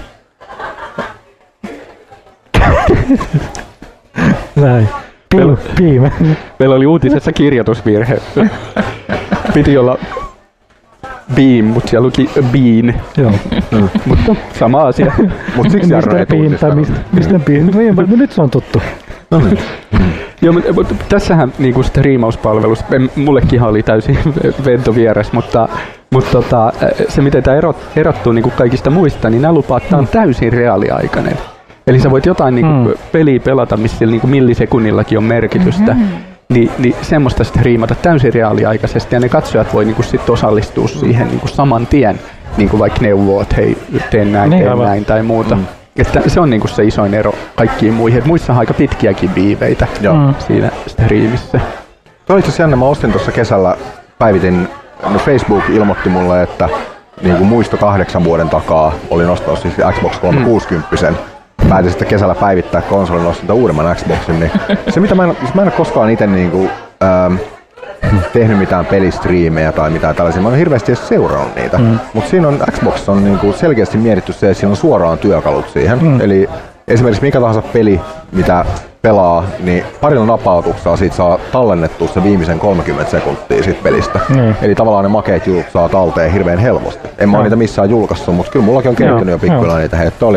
näin. Meillä, Piime. Meillä oli uutisessa kirjoitusvirhe. Piti olla Beam, mutta siellä luki Bean. Joo. Mm. Mutta sama asia. Mut siksi Jarno ei tunnistanut. Mistä, mistä Bean? No, no nyt se on tuttu. No niin. Joo, mutta, mutta tässähän niinku striimauspalvelussa, mullekin oli täysin ventovieras, mutta, mutta tota, se miten tämä erot, erottuu niinku kaikista muista, niin nämä lupaa, että tämä on täysin reaaliaikainen. Eli sä voit jotain niinku mm. peliä pelata, missä niinku millisekunnillakin on merkitystä, mm-hmm. niin, niin semmoista striimata täysin reaaliaikaisesti ja ne katsojat voi niinku sit osallistua siihen niinku saman tien, niinku vaikka neuvoo, että hei, teen näin, niin teen aivan. näin tai muuta. Mm. Että se on niinku se isoin ero kaikkiin muihin. Muissa on aika pitkiäkin viiveitä mm. siinä striimissä. Tuo itse asiassa jännä, mä ostin tuossa kesällä, päivitin, no Facebook ilmoitti mulle, että niinku muisto kahdeksan vuoden takaa olin ostanut siis Xbox kolmesataakuusikymmentä. Mm. Päätin sitten kesällä päivittää konsolin, ostin tämän uudemman Xboxin. Niin se mitä mä en, siis mä en ole koskaan itse niinku, ähm, tehnyt mitään pelistriimejä tai mitään tällaisia. Mä en hirveästi edes seurannut niitä. Mm. Mutta siinä on Xbox on niinku selkeästi mietitty se, että siinä on suoraan työkalut siihen. Mm. Eli esimerkiksi mikä tahansa peli, mitä pelaa, niin parilla napautuksella siitä saa tallennettua se viimeisen kolmekymmentä sekuntia siitä pelistä. Mm. Eli tavallaan ne makeet jutut saa talteen hirveän helposti. En mä no. ole niitä missään julkaissut, mutta kyllä mullakin on kertynyt jo pikkuilla niitä. Hei, toi oli,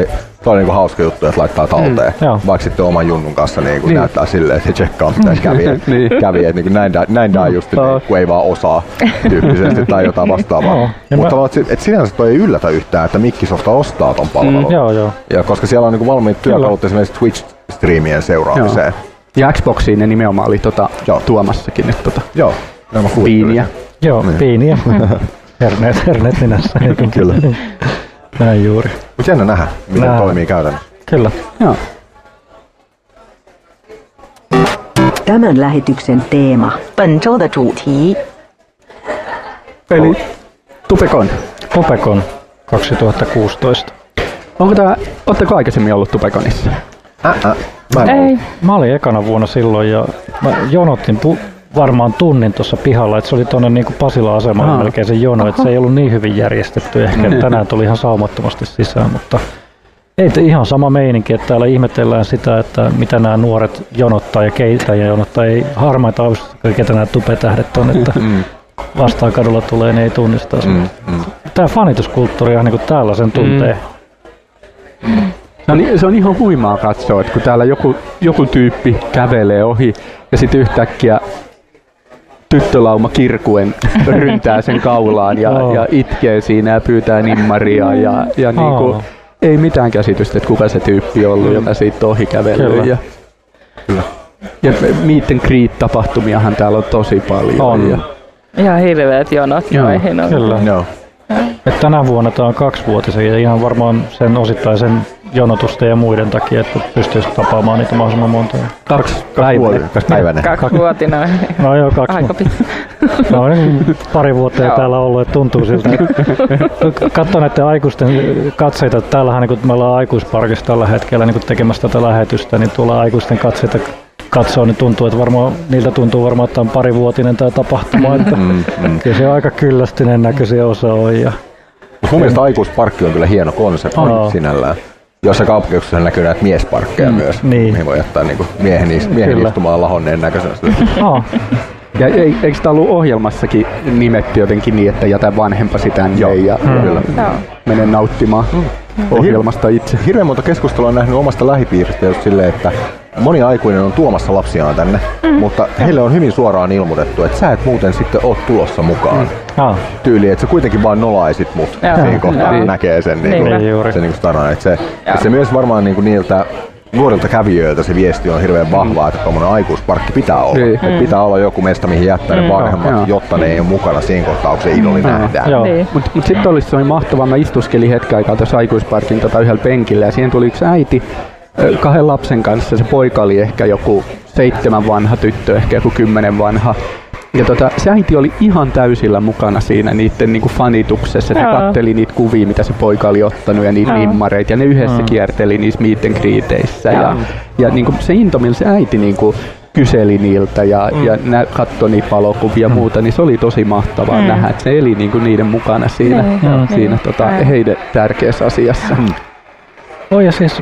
Se on niinku hauska juttu, että laittaa talteen. Mm, vaikka sitten oman junnun kanssa niinku niin. näyttää silleen, että se tsekkaa mitä kävi. niin. kävi että niinku näin, näin dää just, mm. niin, kun ei vaan osaa tyyppisesti tai jotain vastaavaa. Oh, mutta mä... et sinänsä toi ei yllätä yhtään, että Microsoft ostaa ton palvelun. Mm, joo, joo. Ja koska siellä on niinku valmiit työkalut esimerkiksi Twitch-striimien seuraamiseen. Joo. Ja Xboxiin ne nimenomaan oli tota, tuomassakin. Että tota, joo, nämä piiniä. Joo, niin. piiniä. Hernet, hernet minässä. Kyllä. Näin juuri. Mut jännä nähdä, miten Nää. toimii käytännössä. Kyllä. Joo. Tämän lähetyksen teema. 本周的主题. Eli Tupecon. Tupecon kaksituhattakuusitoista. Onko tää, ootteko aikaisemmin ollut Tupeconissa? Äh, äh. Mä Ei. Mä olin ekana vuonna silloin ja mä jonotin pu- varmaan tunnin tuossa pihalla, että se oli tuonne niinku Pasila-asemalle melkein se jono, että se ei ollut niin hyvin järjestetty. Ehkä tänään tuli ihan saumattomasti sisään, mutta ei ihan sama meininki, että täällä ihmetellään sitä, että mitä nämä nuoret jonottaa ja keitä ja jonottaa. Ei harmaita aavistusta, ketä nämä tupetähdet on, että vastaan kadulla tulee, ne ei tunnista. Mm, mm. Tämä fanituskulttuuri, niin kuin täällä sen tuntee. Mm. No niin, se on ihan huimaa katsoa, että kun täällä joku, joku tyyppi kävelee ohi ja sitten yhtäkkiä tyttölauma kirkuen ryntää sen kaulaan ja, oh. ja itkee siinä ja pyytää nimmaria ja, ja oh. niinku, ei mitään käsitystä, että kuka se tyyppi on ollut, mm. joka siitä ohi kävellyt. Ja, Kyllä. ja meet and greet-tapahtumiahan täällä on tosi paljon. On. Ja, ihan hirveät jonot noihin on. Kyllä. No. Et tänä vuonna tämä on kaksivuotisen ja ihan varmaan sen osittain sen jonotusten ja muiden takia, että pystyisi tapaamaan niitä mahdollisimman monta. Kaksi päiväinen. Kaksivuotinen. No joo, kaksi. Aika pitkä. No niin, pari vuotta ei täällä ollut, että tuntuu siltä. Katso näiden aikuisten katseita, että täällähän niin me ollaan aikuisparkissa tällä hetkellä niin tekemässä tätä lähetystä, niin tuolla aikuisten katseita katsoo, niin tuntuu, että varmaan, niiltä tuntuu varmaan, että on parivuotinen tämä tapahtuma. Että mm, mm. Kyllä se aika kyllästyneen näköisiä osa on. Ja mun mielestä aikuisparkki on kyllä hieno konsepti no. sinällään. Jossa kaupunkikeskuksessa näkyy näitä miesparkkeja mm, myös, niin. mihin voi jättää niinku miehen, miehen istumaan lahonneen näköisesti. Oh. Ja ei, eikö tämä ollut ohjelmassakin nimetty jotenkin niin, että jätä vanhempasi tänne ja, ja, mm. ja mene nauttimaan mm. ohjelmasta itse? Hirveän monta keskustelua on nähnyt omasta lähipiiristä just silleen, että moni aikuinen on tuomassa lapsiaan tänne, mm. mutta heille on hyvin suoraan ilmoitettu, että sä et muuten sitten oot tulossa mukaan. Mm. Ah. Tyyli, että sä kuitenkin vaan nolaisit mut ja. Siinä kohtaa, kun näkee sen, niin niin se niinku staran. Että se, että se myös varmaan niinku niiltä nuorilta kävijöiltä se viesti on hirveän vahvaa, että tommonen aikuisparkki pitää olla. Mm. Että pitää olla joku mesta, mihin jättää mm. ne vanhemmat, mm. jotta ne ei ole mukana siinä kohtaa, kun se idoli mm. nähdään. Niin. Mutta mut sitten olisi se mahtavaa, mä istuskelin hetken aikaa tuossa aikuisparkin tota yhdellä penkillä ja siihen tuli yksi äiti kahden lapsen kanssa. Se poika oli ehkä joku seitsemän vanha, tyttö ehkä joku kymmenen vanha. Ja tota, se äiti oli ihan täysillä mukana siinä niiden niinku fanituksessa. Ne katteli niitä kuvia, mitä se poika oli ottanut ja niitä nimmareita. Ja ne yhdessä mm. kierteli niissä meet and greeteissä. Ja, ja, ja niinku se into, millä se äiti niinku kyseli niiltä ja, mm. ja nä, katsoi niitä valokuvia ja muuta, niin se oli tosi mahtavaa mm. nähdä, että se eli niinku niiden mukana siinä, mm. siinä tota, heidän tärkeässä asiassa. Mm. Oh, ja siis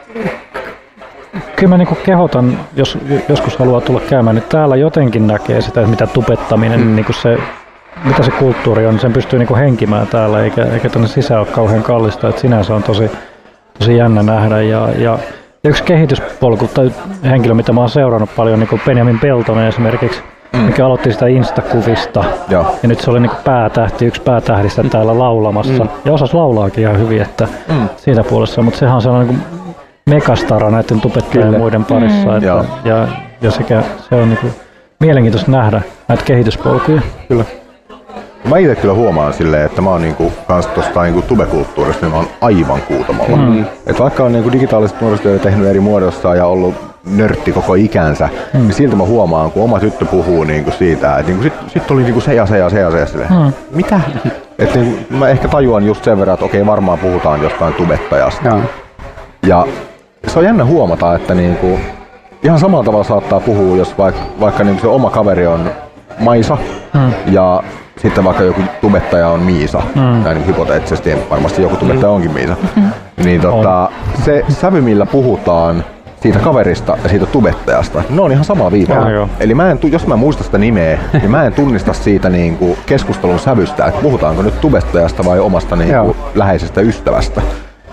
kyllä mä niinku kehotan, jos joskus haluaa tulla käymään, niin täällä jotenkin näkee sitä, mitä tupettaminen, mm. niinku se, mitä se kulttuuri on, niin sen pystyy niinku henkimään täällä, eikä, eikä tuonne sisään ole kauhean kallista, että sinänsä on tosi, tosi jännä nähdä. Ja, ja, ja yksi kehityspolku tai henkilö, mitä mä oon seurannut paljon, niin kuin Benjamin Peltonen esimerkiksi, mm. mikä aloitti sitä Instakuvista. Joo. Ja nyt se oli niinku päätähti, yksi päätähdistä mm. täällä laulamassa. Mm. Ja osasi laulaakin ihan hyvin, että mm. siinä puolessa, mutta sehän on sellainen niin megastara näiden tubettajien ja muiden parissa. Mm. Että, ja, ja sekä se on niinku mielenkiintoista nähdä näitä kehityspolkuja. Kyllä. Mä itse kyllä huomaan silleen, että mä oon niinku kans tosta niinku tubekulttuurista, niin mä oon aivan kuutamalla. Mm. Et vaikka on niinku digitaaliset nuorisotyötä tehnyt eri muodossa ja ollut nörtti koko ikänsä, mm. niin silti mä huomaan, kun oma tyttö puhuu niinku siitä, että niinku sit, sit oli niinku se ja se ja se ja se ja silleen, mm. mitä? Et niinku, mä ehkä tajuan just sen verran, että okei, varmaan puhutaan jostain tubettajasta. Ja, ja se on jännä huomata, että niinku, ihan samalla tavalla saattaa puhua, jos vaikka, vaikka niinku se oma kaveri on Maisa mm. ja sitten vaikka joku tubettaja on Miisa, mm. näin niin hypoteettisesti, varmasti joku tubettaja onkin Miisa, mm. niin tota, se sävy, millä puhutaan siitä kaverista ja siitä tubettajasta, ne on ihan samaa viivaa. Ja, eli mä en, jos mä muistan sitä nimeä, niin mä en tunnista siitä niinku keskustelun sävystä, että puhutaanko nyt tubettajasta vai omasta niinku läheisestä ystävästä.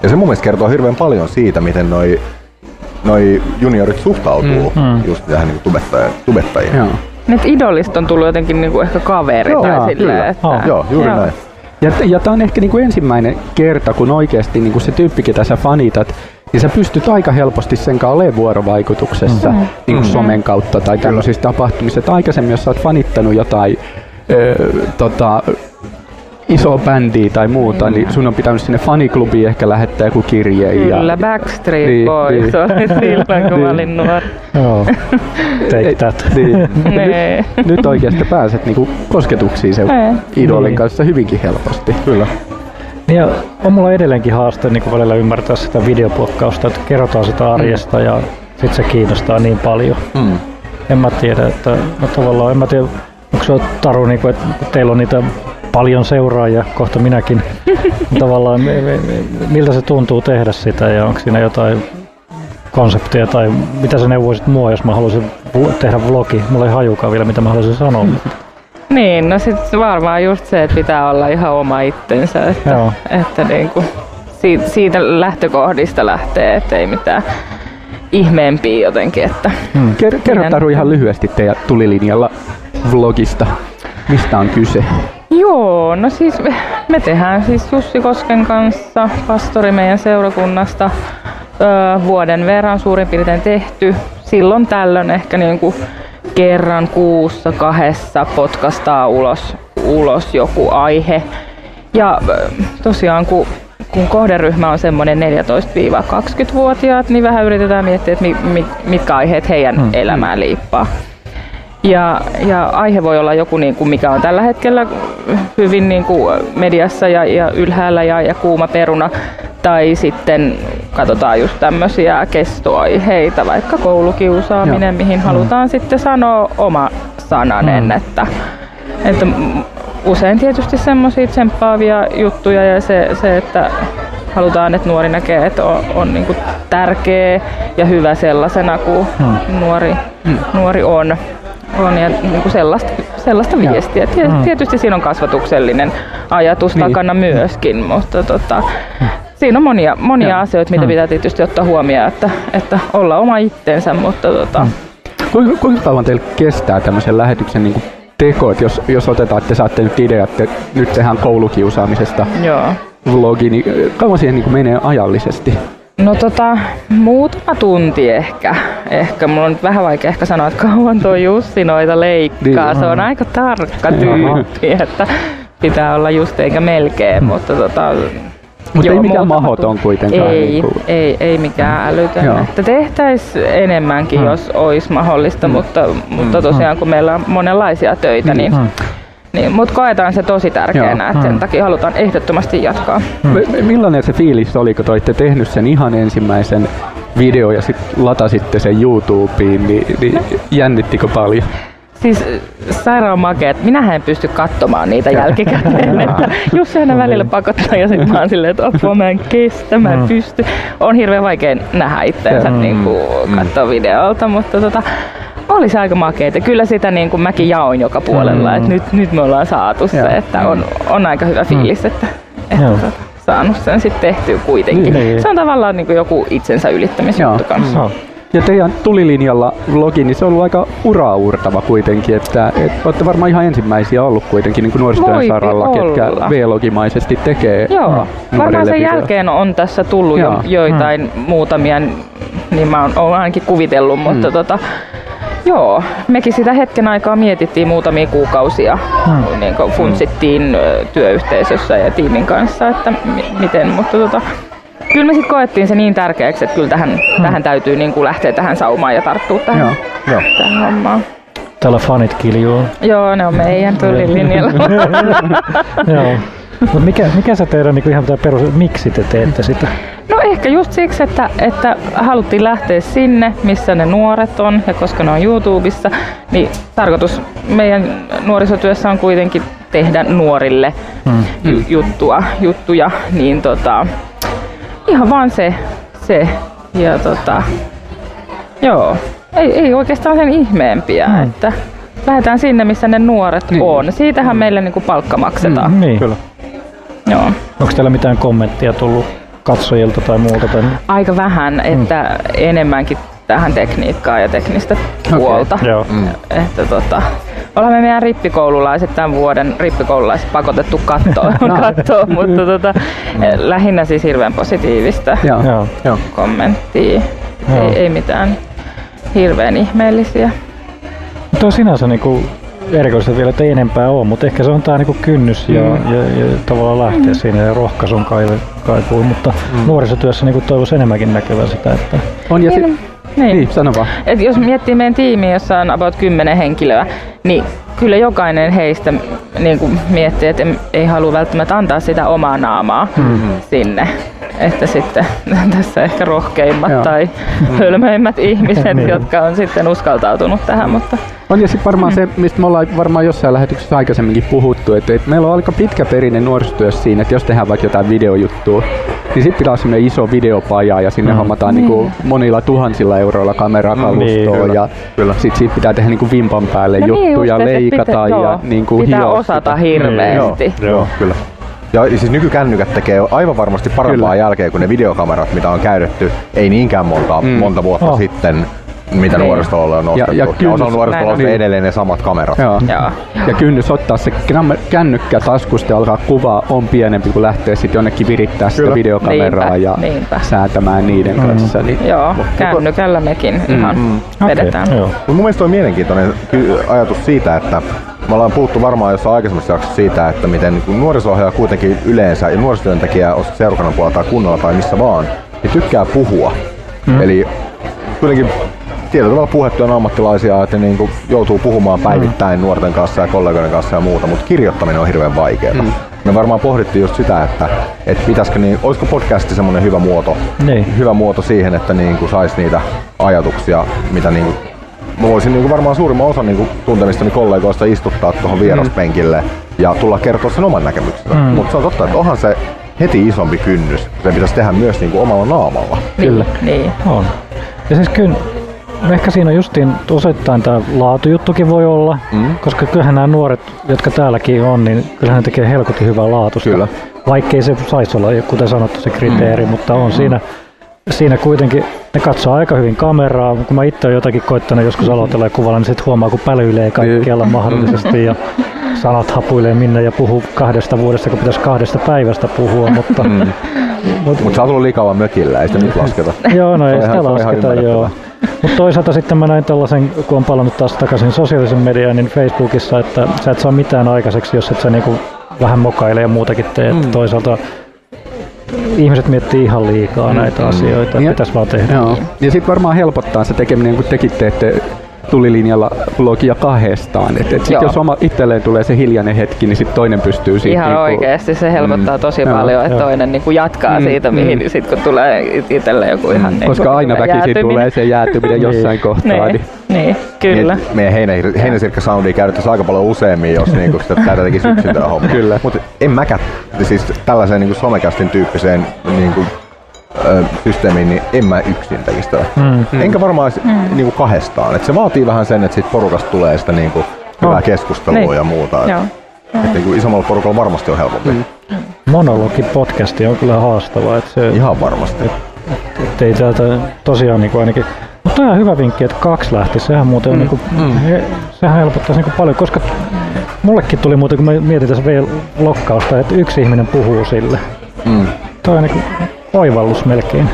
Ja se mun mielestä kertoo hirveän paljon siitä, miten noi, noi juniorit suhtautuu mm. just tähän niin tubettajiin. Joo. Nyt idolista on tullut jotenkin niinku ehkä kaveri joo, tai silleen, että... Oh, joo, juuri joo. näin. Ja, ja tää on ehkä niinku ensimmäinen kerta, kun oikeesti niinku se tyyppi, ketä sä fanitat, niin sä pystyt aika helposti sen kanssa olemaan vuorovaikutuksessa mm-hmm. niin kuin somen kautta tai tämmöisissä tapahtumissa. Aikaisemmin, jos sä oot fanittanut jotain öö, tota, isoa bändiä tai muuta, mm. niin sun on pitänyt sinne faniklubiin ehkä lähettää joku kirje. Kyllä, ja, Backstreet niin, Boys niin. oli silloin, kun mä olin nuori. Joo, take that. Niin. nyt, nyt oikeasti pääset niinku kosketuksiin sen idolin niin. kanssa hyvinkin helposti. Kyllä. Ja on mulla edelleenkin haaste niin välillä ymmärtää sitä videoblokausta, että kerrotaan sitä arjesta mm. ja sit se kiinnostaa niin paljon. Mm. En mä tiedä, että no tavallaan en mä tiedä, onko se Taru, niin kuin, että teillä on niitä paljon seuraajia, kohta minäkin. Tavallaan miltä se tuntuu tehdä sitä ja onko siinä jotain konsepteja tai mitä sä neuvoisit mua, jos mä haluaisin tehdä vlogi? Mulla ei hajukaan vielä, mitä mä haluaisin sanoa. Niin, no sit varmaan just se, että pitää olla ihan oma itsensä, että, että niinku, siitä, siitä lähtökohdista lähtee, ettei mitään ihmeempiä jotenkin. Että hmm. Ker- kerro Taru ihan lyhyesti teidän Tulilinjalla vlogista, mistä on kyse? Joo, no siis me, me tehdään siis Jussi Kosken kanssa, pastori meidän seurakunnasta, öö, vuoden verran suurin piirtein tehty. Silloin tällöin ehkä niinku kerran kuussa kahdessa podcastaa ulos, ulos joku aihe. Ja tosiaan kun, kun kohderyhmä on semmoinen neljätoista kaksikymmentävuotiaat, niin vähän yritetään miettiä, että mi, mi, mitkä aiheet heidän hmm. elämään liippaa. Ja, ja aihe voi olla joku, niin kuin mikä on tällä hetkellä hyvin niin kuin mediassa ja, ja ylhäällä ja, ja kuuma peruna. Tai sitten katsotaan just tämmöisiä kestoaiheita, vaikka koulukiusaaminen, Joo. mihin mm. halutaan sitten sanoa oma sananen. Mm. Että, että usein tietysti semmoisia tsemppaavia juttuja ja se, se että halutaan, että nuori näkee, että on, on niin kuin tärkeä ja hyvä sellaisena kuin mm. nuori, mm. nuori on. on ja niin kuin sellaista, sellaista viestiä. Tietysti siinä on kasvatuksellinen ajatus niin. takana myöskin, mutta tota, siinä on monia, monia asioita, mitä pitää tietysti ottaa huomioon, että, että olla oma itsensä. Mutta tota. Kuinka, kuinka kauan teillä kestää tämmöisen lähetyksen niin kuin teko, että jos, jos otetaan, että te saatte nyt idea, että nyt tehdään koulukiusaamisesta Joo. vlogi, niin kauan siihen niin kuin menee ajallisesti? No tota, muutama tunti ehkä. Ehkä mulla on nyt vähän vaikea ehkä sanoa, että kauan tuo Jussi noita leikkaa. Se on aika tarkka tyyppi, että pitää olla just eikä melkein, mutta tota... Mutta ei mikään mahdoton kuitenkaan. Ei, niin kuin... ei, ei mikään älytön. Että tehtäisiin enemmänkin, hmm. jos olisi mahdollista, hmm. mutta, mutta tosiaan kun meillä on monenlaisia töitä, niin... Hmm. Niin, mutta koetaan se tosi tärkeänä, että sen takia halutaan ehdottomasti jatkaa. Hmm. Millainen se fiilis oli, kun te olette tehnyt sen ihan ensimmäisen video ja sitten latasitte sen YouTubeen, niin, niin jännittikö paljon? Siis sairaan makeet. Minähän en pysty katsomaan niitä jälkikäteen. Jussi aina välillä pakottaa ja sitten mä oon silleen, että apua mä en kestä, mä en pysty. On hirveän vaikea nähdä itseensä niin katsoa videolta, mutta tota, oli se aika makeeta. Kyllä sitä niin kuin mäkin jaoin joka puolella, mm. että nyt, nyt me ollaan saatu se, että on, on aika hyvä fiilis, että, että tota, saanut sen sitten tehtyä kuitenkin. Niin. Se on tavallaan niin kuin joku itsensä ylittämisjuttu kanssa. Mm. Ja teidän Tulilinjalla vlogi, niin se on ollut aika uraurtava kuitenkin, että et, olette varmaan ihan ensimmäisiä ollut kuitenkin niin nuorisotyön saralla, ketkä vlogimaisesti tekee. Joo, varmaan sen video. Jälkeen on tässä tullut jo joitain mm. muutamia, niin mä oon, oon ainakin kuvitellut, mm. mutta tota, joo, mekin sitä hetken aikaa mietittiin muutamia kuukausia, hmm. niin kuin funtsittiin hmm. työyhteisössä ja tiimin kanssa, että m- miten, mutta tota, kyllä me sitten koettiin se niin tärkeäksi, että kyllä tähän, hmm. tähän täytyy niin kuin lähteä tähän saumaan ja tarttua tähän, joo. tähän hommaan. Täällä fanit kiljuu. Joo, ne on meidän Tulilinjalla. Joo. Mutta mikä, mikä se teidän niin ihan perus, miksi te teette sitä? No ehkä just siksi, että, että haluttiin lähteä sinne, missä ne nuoret on, ja koska ne on YouTubessa, niin tarkoitus meidän nuorisotyössä on kuitenkin tehdä nuorille hmm. juttua, juttuja, niin tota, ihan vaan se, se. Ja tota, joo, ei, ei oikeastaan sen ihmeempiä, hmm. että lähdetään sinne, missä ne nuoret niin. on. Siitähän meille niinku palkka maksetaan. Hmm, niin. Kyllä. Joo. Onko teillä mitään kommenttia tullut katsojilta tai muulta? Tai... Aika vähän, että mm. enemmänkin tähän tekniikkaa ja teknistä puolta. Okay. Mm. Että tota, olemme meidän rippikoululaiset tämän vuoden rippikoululaiset pakotettu kattoon, kattoo, mutta tota, mm. lähinnä siis hirveän positiivista Joo. Joo. kommenttia. Ei, ei mitään hirveän ihmeellisiä. Mutta on sinänsä niinku erikoista vielä, että ei enempää ole, mutta ehkä se on tää niinku kynnys ja, mm. ja, ja tavallaan lähteä mm. siinä ja rohkaisun kaipuu, mutta mm. nuorisotyössä niinku toivoisi enemmänkin näkevää sitä, että... On ja sit... Niin. Niin, sano vaan. Et jos miettii meidän tiimiä, jossa on about kymmenen henkilöä, niin kyllä jokainen heistä niin kuin miettii, että ei halua välttämättä antaa sitä omaa naamaa mm-hmm. sinne. Että sitten tässä ehkä rohkeimmat Joo. tai mm. hölmöimmät ihmiset, niin. jotka on sitten uskaltautunut tähän. Mutta on ja sitten varmaan mm. se, mistä me ollaan varmaan jossain lähetyksessä aikaisemminkin puhuttu, että, että meillä on aika pitkä perinne nuorisotyössä siinä, että jos tehdään vaikka jotain videojuttua, niin sitten pitää semmoinen iso videopaja ja sinne mm. hommataan niin. niinku monilla tuhansilla euroilla kamerakalustoa mm, ja sitten siitä pitää tehdä niinku vimpan päälle no juttuja, niin leikata pitä, ja joo, niinku pitää hiostaa. osata hirveästi. Mm, joo, joo, kyllä. Ja siis nykykännykät tekee aivan varmasti parempaa Kyllä. jälkeen kuin ne videokamerat, mitä on käytetty ei niinkään monta, mm. monta vuotta oh. sitten, mitä niin. nuoristolle on nostettu. Ja, ja, ja osalla nuoristolla on edelleen ne samat kamerat. Joo. Ja, ja kynnys ottaa se kännykkä taskusta ja alkaa kuvaa on pienempi, kun lähtee sitten jonnekin virittää Kyllä. sitä videokameraa niinpä, ja niinpä. säätämään niiden mm. kanssa. Niin. Joo, kännykällä mekin mm. ihan mm. vedetään. Okay. Mun mielestä on mielenkiintoinen ajatus siitä, että me ollaan puhuttu varmaan jossain aikaisemmassa jaksossa siitä, että miten niin nuoriso-ohjaaja kuitenkin yleensä ja nuorisotyöntekijä on seurakunnan puolella tai kunnalla tai missä vaan, niin tykkää puhua. Mm. Eli kuitenkin tietyllä tavalla puhettuja ammattilaisia, että niin kuin joutuu puhumaan päivittäin mm. nuorten kanssa ja kollegoiden kanssa ja muuta, mutta kirjoittaminen on hirveän vaikeaa. Mm. Me varmaan pohdittiin just sitä, että, että pitäisikö niin, olisiko podcasti semmoinen hyvä muoto, niin. hyvä muoto siihen, että niin kuin saisi niitä ajatuksia, mitä niin kuin mä voisin niin kuin varmaan suurimman osan niin kuin tuntemistani kollegoista istuttaa tuohon vieraspenkille mm. ja tulla kertoa sen oman näkemyksensä. Mm. Mutta se on totta, että onhan se heti isompi kynnys. Se pitäisi tehdä myös niin kuin omalla naamalla. Kyllä. Niin. On. Ja siis kyllä ehkä siinä justiin osittain tämä laatujuttukin voi olla, mm. koska kyllähän nämä nuoret, jotka täälläkin on, niin kyllähän ne tekee helkutin hyvää laatusta. Kyllä. Vaikkei se saisi olla, kuten sanottu, se kriteeri, mm. mutta on mm. siinä Siinä kuitenkin ne katsoo aika hyvin kameraa. Kun mä itse olen jotakin koittanut joskus aloitella ja kuvalla, niin sit huomaa, kun pälyilee kaikkialla mahdollisesti ja sanat hapuilee minne ja puhuu kahdesta vuodesta, kun pitäisi kahdesta päivästä puhua. Mutta mm. mut, mut sä oot ollut liikaa mökillä, ei sitä nyt lasketa. Joo, no ei sitä ihan, lasketa, joo. Mutta toisaalta sitten mä näin tällaisen, kun on palannut taas takaisin sosiaalisen mediaan, niin Facebookissa, että sä et saa mitään aikaiseksi, jos et sä niinku vähän mokaile ja muutakin tee. Mm. Toisaalta ihmiset miettii ihan liikaa mm. näitä asioita, ja pitäisi vaan tehdä. Joo. Ja sitten varmaan helpottaa se tekeminen, kun tekin teette tulilinjalla blogia kahdestaan. Et, et sit jos oma itselleen tulee se hiljainen hetki, niin sit toinen pystyy siitä. Ihan niinku oikeasti se helpottaa mm. tosi paljon, että toinen niinku jatkaa mm. siitä, mihin mm. sit kun tulee itselleen joku ihan mm. koska aina väkisin tulee se jäätyminen jossain kohtaa. Niin, niin kyllä. Niin, meidän heinä, heinäsirkka-soundia käytettäisiin aika paljon useammin, jos niinku sitä tätä tekisi yksin tämä homma. Kyllä. Mutta en mäkään siis tällaiseen niinku somekästin tyyppiseen niinku systeemiin, niin en mä yksin tekisi tätä. Mm. Enkä varmaan mm. niinku kahdestaan. Et se vaatii vähän sen, että siitä porukasta tulee sitä niinku hyvää oh. keskustelua niin. ja muuta. Et, et niinku isommalla porukalla varmasti on helpompi. Mm. Monologi-podcasti on kyllä haastava. Et se, ihan varmasti. Et, et, et ei täältä tosiaan niinku ainakin... Mutta tämä on hyvä vinkki, että kaksi lähti. Sehän muuten mm. niinku, mm. he, sehän helpottaisi niinku paljon, koska mullekin tuli muuten, kun mä mietin tässä V-lokkausta, että yksi ihminen puhuu sille. Mm. Toi on niinku oivallus melkein.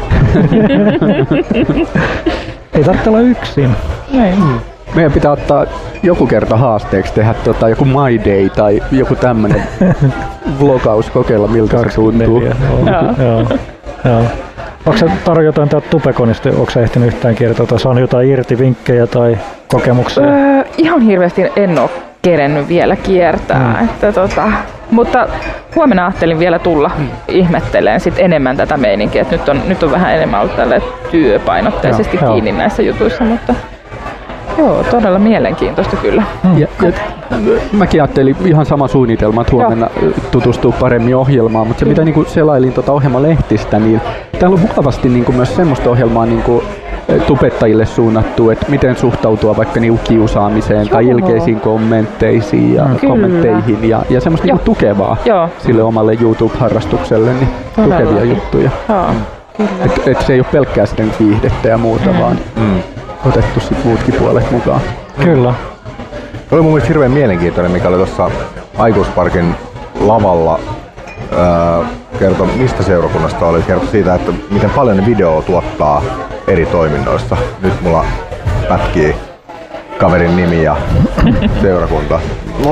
Ei tarvitse olla yksin. Ei. Mm. Meidän pitää ottaa joku kerta haasteeksi tehdä tota, joku My Day tai joku tämmönen vlogaus, kokeilla miltä se tuntuu. Joo. Joo. Onko se Taru jotain täältä Tupekonista, onko sä ehtinyt yhtään kertoa tai saanut jotain irti-vinkkejä tai kokemuksia? Öö, ihan hirveästi en ole kerennyt vielä kiertää. Mm. Että tota, mutta huomenna ajattelin vielä tulla mm. ihmettelemään sit enemmän tätä meininkiä. Et nyt, on, nyt on vähän enemmän ollut tälle työpainotteisesti ja, kiinni joo. näissä jutuissa, mutta joo, todella mielenkiintoista kyllä. Mm. Ja, ja, mäkin ajattelin ihan sama suunnitelma, että huomenna joo. tutustuu paremmin ohjelmaan, mutta se mitä niinku selailin tuota ohjelmalehtistä, niin täällä on mukavasti niinku myös semmoista ohjelmaa, niinku, tubettajille suunnattu, että miten suhtautua vaikka niinku kiusaamiseen Joo. tai ilkeisiin kommentteisiin ja Kyllä. kommentteihin ja, ja semmoista niinku tukevaa Joo. sille omalle YouTube-harrastukselle, niin Todella. tukevia juttuja. Että et se ei ole pelkkää sitä viihdettä ja muuta, mm. vaan mm. otettu sit muutkin puolet mukaan. Kyllä. Se oli mun mielestä hirveän mielenkiintoinen, mikä oli tuossa Aikuisparkin lavalla. Öö, kertoi, mistä seurakunnasta oli, kertoi siitä, että miten paljon ne video tuottaa eri toiminnoissa. Nyt mulla pätkii kaverin nimi ja seurakunta.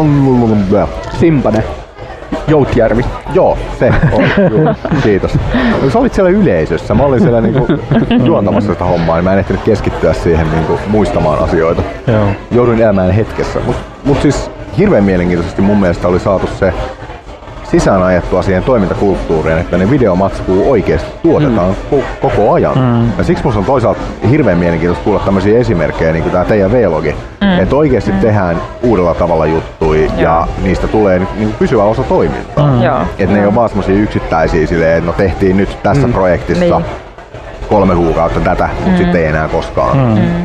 Simpane. Joutjärvi. Joo, se on. Juu, kiitos. Sä olit siellä yleisössä. Mä olin siellä niinku juontamassa sitä hommaa, niin mä en ehtinyt keskittyä siihen niinku muistamaan asioita. Joo. Jouduin elämään hetkessä. Mut, mut siis hirveän mielenkiintoisesti mun mielestä oli saatu se sisään ajettua siihen toimintakulttuuriin, että ne videomatskuu oikeasti tuotetaan mm. koko ajan. Mm. Ja siksi musta on toisaalta hirveän mielenkiintoista kuulla tämmöisiä esimerkkejä, niin kuin tää teidän vlogi, mm. että oikeasti mm. tehdään uudella tavalla juttuja ja, ja niistä tulee niin pysyvä osa toimintaa. Mm. Että ne ei ole vaan semmosia yksittäisiä silleen, että no tehtiin nyt tässä mm. projektissa niin. kolme kuukautta tätä, mutta mm. sitten ei enää koskaan. Mm. Mm.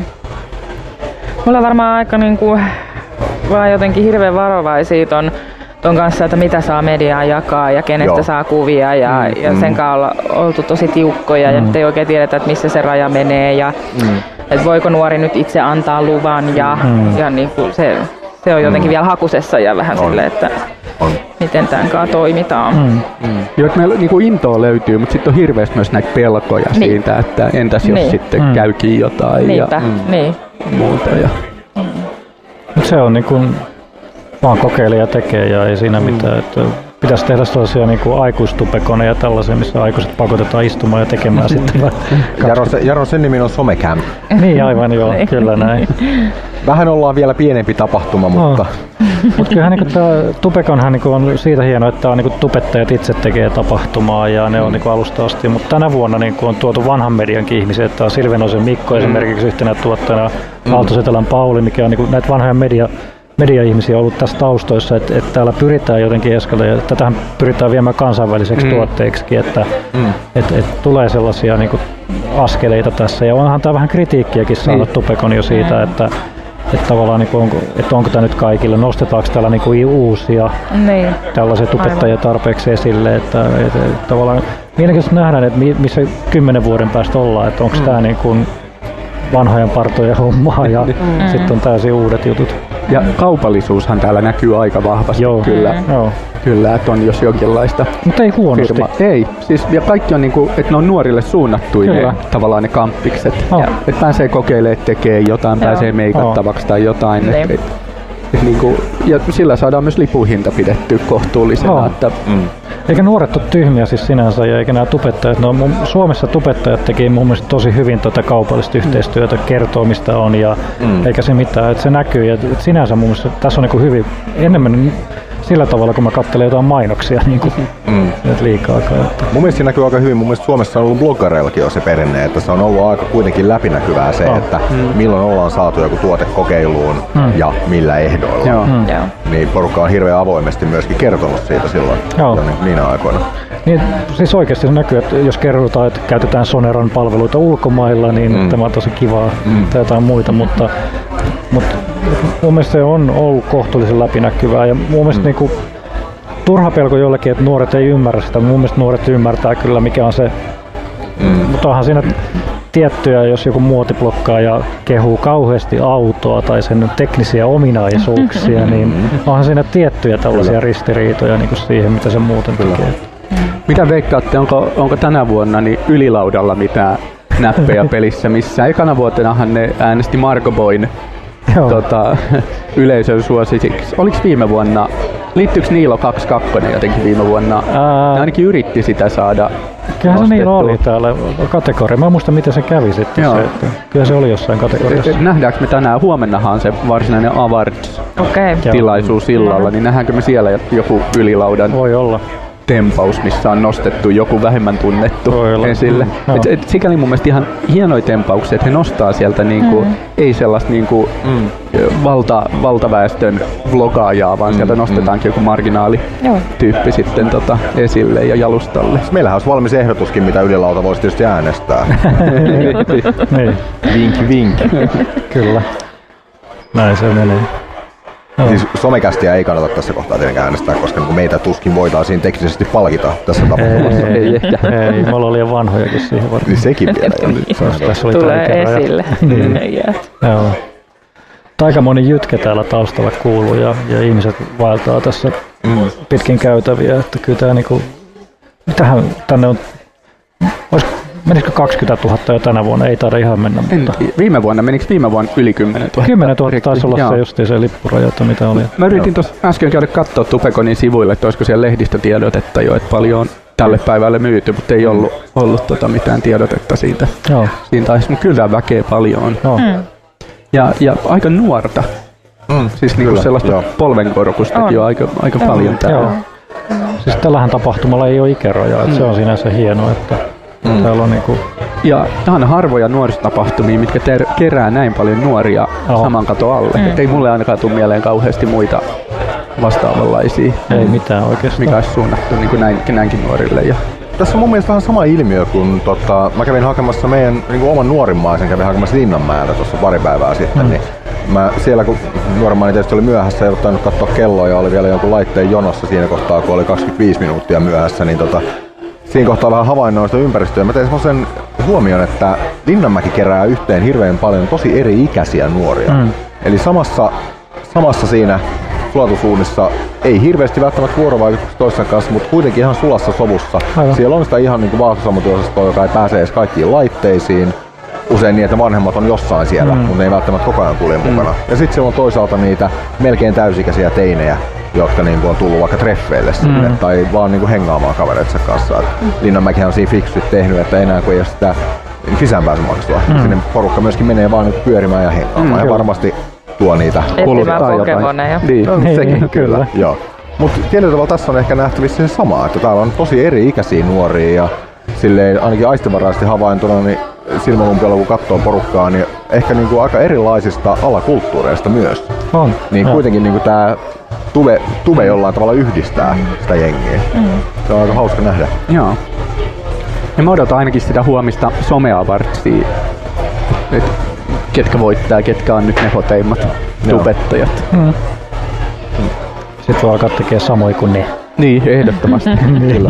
Mulla on varmaan aika niinku, vaan jotenkin hirveän varovaisia ton ton kanssa, että mitä saa mediaa jakaa ja kenestä Joo. saa kuvia ja, mm, ja sen kanssa on oltu tosi tiukkoja mm. ja ei oikein tiedetä, että missä se raja menee ja mm. että voiko nuori nyt itse antaa luvan ja, mm. ja niin kuin se, se on jotenkin mm. vielä hakusessa ja vähän silleen, että on. miten tämän kanssa toimitaan. Mm. Mm. Joo, että meillä niin intoa löytyy, mutta sitten on hirveästi myös näitä pelkoja niin. siitä, että entäs jos niin. sitten mm. käykin jotain Niinpä. ja mm. niin. muuta. Ja. Mm. Mut se on niin kuin vaan kokeilee ja tekee ja ei siinä mm. mitään. Että pitäisi tehdä sellaisia niin kuin aikuistupekoneja ja tällaisia, missä aikuiset pakotetaan istumaan ja tekemään sitten. Jaro, Jaro, sen nimi on Somecamp. Niin aivan joo, kyllä näin. Vähän ollaan vielä pienempi tapahtuma, mutta... No. Mutta kyllähän niin tämä Tubekonhan niin on siitä hienoa, että on, niin tubettajat itse tekee tapahtumaa ja ne on niin alusta asti. Mutta tänä vuonna niin on tuotu vanhan mediankin ihmisiä, että on Silvenoisen Mikko mm. esimerkiksi yhtenä tuottajana, mm. Aalto-Setälän Pauli, mikä on niin näitä vanhoja media media-ihmisiä on ollut tässä taustoissa, että, että täällä pyritään jotenkin eskaloida ja tätähän pyritään viemään kansainväliseksi mm. tuotteeksi, että mm. et, et tulee sellaisia niin kuin askeleita tässä ja onhan tämä vähän kritiikkiäkin saanut mm. Tubecon jo siitä, mm. että, että tavallaan niin kuin onko, että onko tämä nyt kaikille, nostetaanko täällä niin kuin uusia niin. tällaisia tubettajia tarpeeksi esille, että, että, että tavallaan mielenkiintoista nähdään, että missä kymmenen vuoden päästä ollaan, että onko mm. tämä niin kuin vanhojen partojen hommaa ja mm. sitten on täysin uudet jutut. Ja kaupallisuushan täällä näkyy aika vahvasti Joo. kyllä. Mm. Joo. Kyllä, että on jos jonkinlaista. Mutta ei huonosti. Firma. Ei, siis ja kaikki on niinku, että ne on nuorille suunnattuja ne, tavallaan ne kampikset. Oh. Että pääsee kokeilemaan, tekee jotain, Joo. pääsee meikattavaksi oh. tai jotain. Et, et, et niinku, ja sillä saadaan myös lipuhinta pidettyä kohtuullisena. Oh. Että, mm. Eikä nuoret ole tyhmiä siis sinänsä ja eikä nämä tubettajat. No, Suomessa tubettajat teki mun mielestä tosi hyvin tuota kaupallista yhteistyötä, kertoo mistä on ja mm. eikä se mitään, että se näkyy. Ja et sinänsä mun mielestä tässä on niin hyvin enemmän sillä tavalla, kun mä katselen jotain mainoksia niin kuin, mm. liikaakaan. Että. Mun mielestä se näkyy aika hyvin. Mun mielestä Suomessa on ollut bloggareillakin jo se perinne, että se on ollut aika kuitenkin läpinäkyvää se, oh. että mm. milloin ollaan saatu joku tuote kokeiluun mm. ja millä ehdoilla. Joo. Mm. Niin porukka on hirveän avoimesti myöskin kertonut siitä silloin jo niinä aikoina. Niin, siis oikeasti se näkyy, että jos kerrotaan, että käytetään Soneran palveluita ulkomailla, niin mm. tämä on tosi kivaa mm. tai jotain muita, mutta, mutta mun mielestä se on ollut kohtuullisen läpinäkyvää ja mun mielestä mm. niinku, turha pelko jollekin, että nuoret ei ymmärrä sitä. Mun mielestä nuoret ymmärtää kyllä mikä on se, mm. mutta onhan siinä tiettyjä, jos joku muotiblokkaa ja kehuu kauheasti autoa tai sen teknisiä ominaisuuksia, niin onhan siinä tiettyjä tällaisia kyllä. ristiriitoja niin kuin siihen, mitä se muuten kyllä. tekee. Mitä veikkaatte, onko, onko tänä vuonna niin ylilaudalla mitään näppejä pelissä missä? Ekana vuotenahan ne äänesti Marco Boyn tota, yleisön suosisiksi. Oliko viime vuonna, liittyykö Niilo kaksikymmentäkaksi jotenkin viime vuonna? Ää... Ne ainakin yritti sitä saada. Kyllähän se Niilo oli täällä kategoria. Mä en muista miten se kävi sitten. Se, että kyllä se oli jossain kategoriassa. Et, et, nähdäänkö me tänään? Huomennahan se varsinainen awards-tilaisuus okay. illalla, niin nähdäänkö me siellä joku ylilaudan? Voi olla. tempaus, missä on nostettu joku vähemmän tunnettu Oilla. esille. Mm, et, et, sikäli mun mielestä ihan hienoja tempauksia, että he nostaa sieltä niinku, mm. ei sellaista niinku, mm. valta, valtaväestön vlogaajaa, vaan mm, sieltä nostetaankin mm. joku marginaalityyppi sitten tota, esille ja jalustalle. Meillähän olisi valmis ehdotuskin, mitä ylilauta voisi tietysti äänestää. Vink, vink. Kyllä. Näin se menee. No. Siis somekästiä ei kannata tässä kohtaa tietenkään äänestää, koska niin meitä tuskin voitaisiin teknisesti palkita tässä tapahtumassa. Ei, ei, ehkä. Ei, me ollaan liian vanhojakin siihen varmaan. Niin sekin vielä. Tässä oli tulee esille. Niin. Joo. Aika moni jytke täällä taustalla kuuluu ja, ja ihmiset vaeltaa tässä mm. pitkin käytäviä. Että kyllä tämä niinku, mitähän tänne on, olis, menisikö kaksikymmentätuhatta jo tänä vuonna? Ei taida ihan mennä. Mutta en, viime vuonna, menikö viime vuonna yli kymmenen tuhatta? kymmenen tuhatta taisi olla se justiin se lippurajoita, mitä oli. Mä yritin tuossa äsken käydä katsoa Tupeconin sivuille, että olisiko siellä lehdistötiedotetta jo, että paljon on tälle päivälle myyty, mutta ei ollut, ollut tota mitään tiedotetta siitä. Joo. Siinä taisi, mutta kyllä väkeä paljon on. Joo. Mm. Ja, ja aika nuorta. Mm, siis niinku sellaista joo. polvenkorkustakin on aika, aika mm. paljon täällä. Joo. Siis tällähän tapahtumalla ei ole ikärajaa, mm. se on sinänsä hienoa, että mm. täällä on niinku... Ja tämä on harvoja nuorisotapahtumia, mitkä ter- kerää näin paljon nuoria Oho. saman katon alle. Mm. Ei mulle ainakaan tule mieleen kauheasti muita vastaavanlaisia. Ei mitään oikeastaan. Mikä olisi suunnattu niin kuin näin, näinkin nuorille. Ja tässä on mun mielestä vähän sama ilmiö, kun tota, mä kävin hakemassa meidän niin oman nuorimmaisen, kävin hakemassa Linnanmäellä tuossa pari päivää sitten. Mm. Niin mä siellä, kun nuorimmainen tietysti oli myöhässä, ei ollut tainnut katsoa kelloa ja oli vielä jonkun laitteen jonossa siinä kohtaa, kun oli kaksikymmentäviisi minuuttia myöhässä, niin tota, siinä kohtaa vähän havainnoista ympäristöä. Mä tein semmoisen huomion, että Linnanmäki kerää yhteen hirveän paljon tosi eri-ikäisiä nuoria. Mm. Eli samassa, samassa siinä sulatusuunnissa ei hirveästi välttämättä vuorovaikutuksessa toisen kanssa, mutta kuitenkin ihan sulassa sovussa. Aivan. Siellä on sitä ihan niin kuin vaahtosammutusosastoa, joka ei pääse edes kaikkiin laitteisiin. Usein niin, että vanhemmat on jossain siellä, mm. mutta ne ei välttämättä koko ajan kulje mm. mukana. Ja sitten siellä on toisaalta niitä melkein täysikäisiä teinejä, jotka niin kuin on tullut vaikka treffeille sinne mm. tai vaan niin kuin hengaamaan kavereitsa kanssa. Mm. Linnanmäkihän on siinä fiksusti tehnyt, että enää kun ei ole sitä sisäänpääsymaksua, mm. sinne porukka myöskin menee vaan niin pyörimään ja hengaamaan. Mm, ja varmasti tuo niitä kuluttaa jotain. Niin, no, niin, sekin kyllä. Joo. Mutta tietyllä tavalla tässä on ehkä nähtävissä se sama, että täällä on tosi eri-ikäisiä nuoria ja silleen ainakin aistivaraisesti havaintona niin silmälumpialla kun katsoo porukkaa, niin ehkä niinku aika erilaisista alakulttuureista myös. On. Niin no. kuitenkin niinku tää tuve, tuve jollain tavalla yhdistää sitä jengiä. Mm. Se on aika hauska nähdä. Joo. Ja mä odotan ainakin sitä huomista someavartsia, että ketkä voittaa, ketkä on nyt ne hoteimmat tubettajat. Mm. Sitten voi alkaa tekee samoin kuin ne. Niin, ehdottomasti. Kyllä.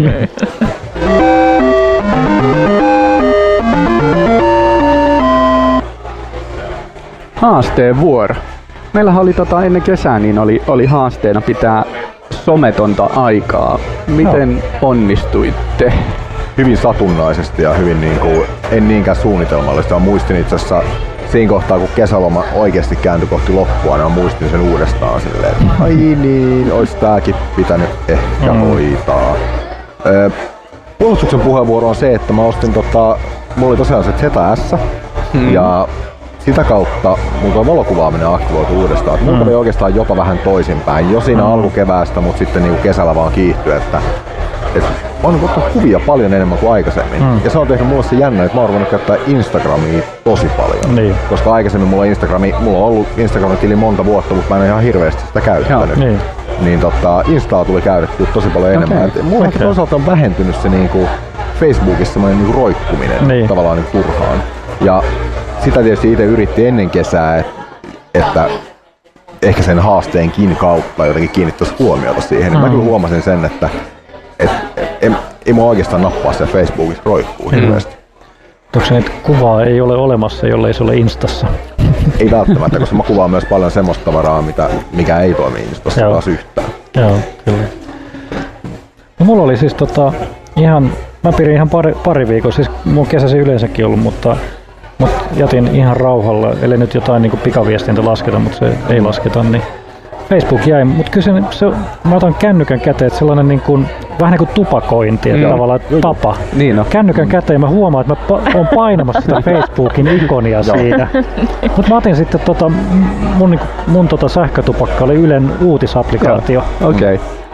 Haasteen vuoro. Meillähän oli tota, ennen kesää niin oli, oli haasteena pitää sometonta aikaa. Miten no. onnistuitte? Hyvin satunnaisesti ja hyvin niin kuin, en niinkään suunnitelmallista. Mä muistin itse asiassa siinä kohtaa, kun kesäloma oikeasti kääntyi kohti loppua, niin mä muistin sen uudestaan silleen, että ai niin, ois tääkin pitänyt ehkä mm. hoitaa. Öö, puolustuksen puheenvuoro on se, että mä ostin tota, mulla oli tosiaan se Z S mm. ja sitä kautta mun tuo valokuvaaminen aktivoitu uudestaan. Mun kävi mm. oikeastaan jopa vähän toisinpäin, jo siinä mm. alkukeväästä, mutta sitten niinku kesällä vaan kiihtyi, että et mä oon ottanut kuvia paljon enemmän kuin aikaisemmin. Mm. Ja se on tehnyt mulle se jännä, että mä oon ruvennut käyttää Instagramia tosi paljon. Niin. Koska aikaisemmin mulla, Instagrami, mulla on ollut Instagram-tili monta vuotta, mutta mä en ole ihan hirveästi sitä käyttänyt. Niin, niin tota, Instaa tuli käytettyä tosi paljon enemmän. Okay. Mulla okay. toisaalta on vähentynyt se niinku Facebookissa semmoinen niinku roikkuminen niin. tavallaan niinku turhaan. Ja sitä tietysti itse yritti ennen kesää, et, että ehkä sen haasteenkin kautta jotenkin kiinnittäisi huomiota siihen. Mm. Mä kyllä huomasin sen, että et, et, et, ei mua oikeastaan nappaa se Facebookissa roikkuu mm. hirveästi. Onko se, että kuvaa ei ole olemassa, jollei se ole Instassa? Ei välttämättä, koska mä kuvaan myös paljon semmoista tavaraa, mitä, mikä ei toimi Instassa taas yhtään. Joo, kyllä. No, mulla oli siis tota, ihan, mä pidin ihan pari, pari viikkoa, siis mun kesäsi yleensäkin ollut, mutta Mutta jätin ihan rauhalla, eli nyt jotain niin pikaviestintä lasketa, mutta se ei lasketa, niin Facebook jäi. Mutta kyllä se, se, mä otan kännykän käteen, että sellainen niin kuin, vähän niin kuin tupakointi, että tavallaan tapa. Niin no. Kännykän käteen mä huomaan, että mä pa- oon painamassa sitä Facebookin ikonia siinä. Mutta mä otin sitten tota, mun, mun tota sähkötupakka oli Ylen uutisapplikaatio. Okei. Okay.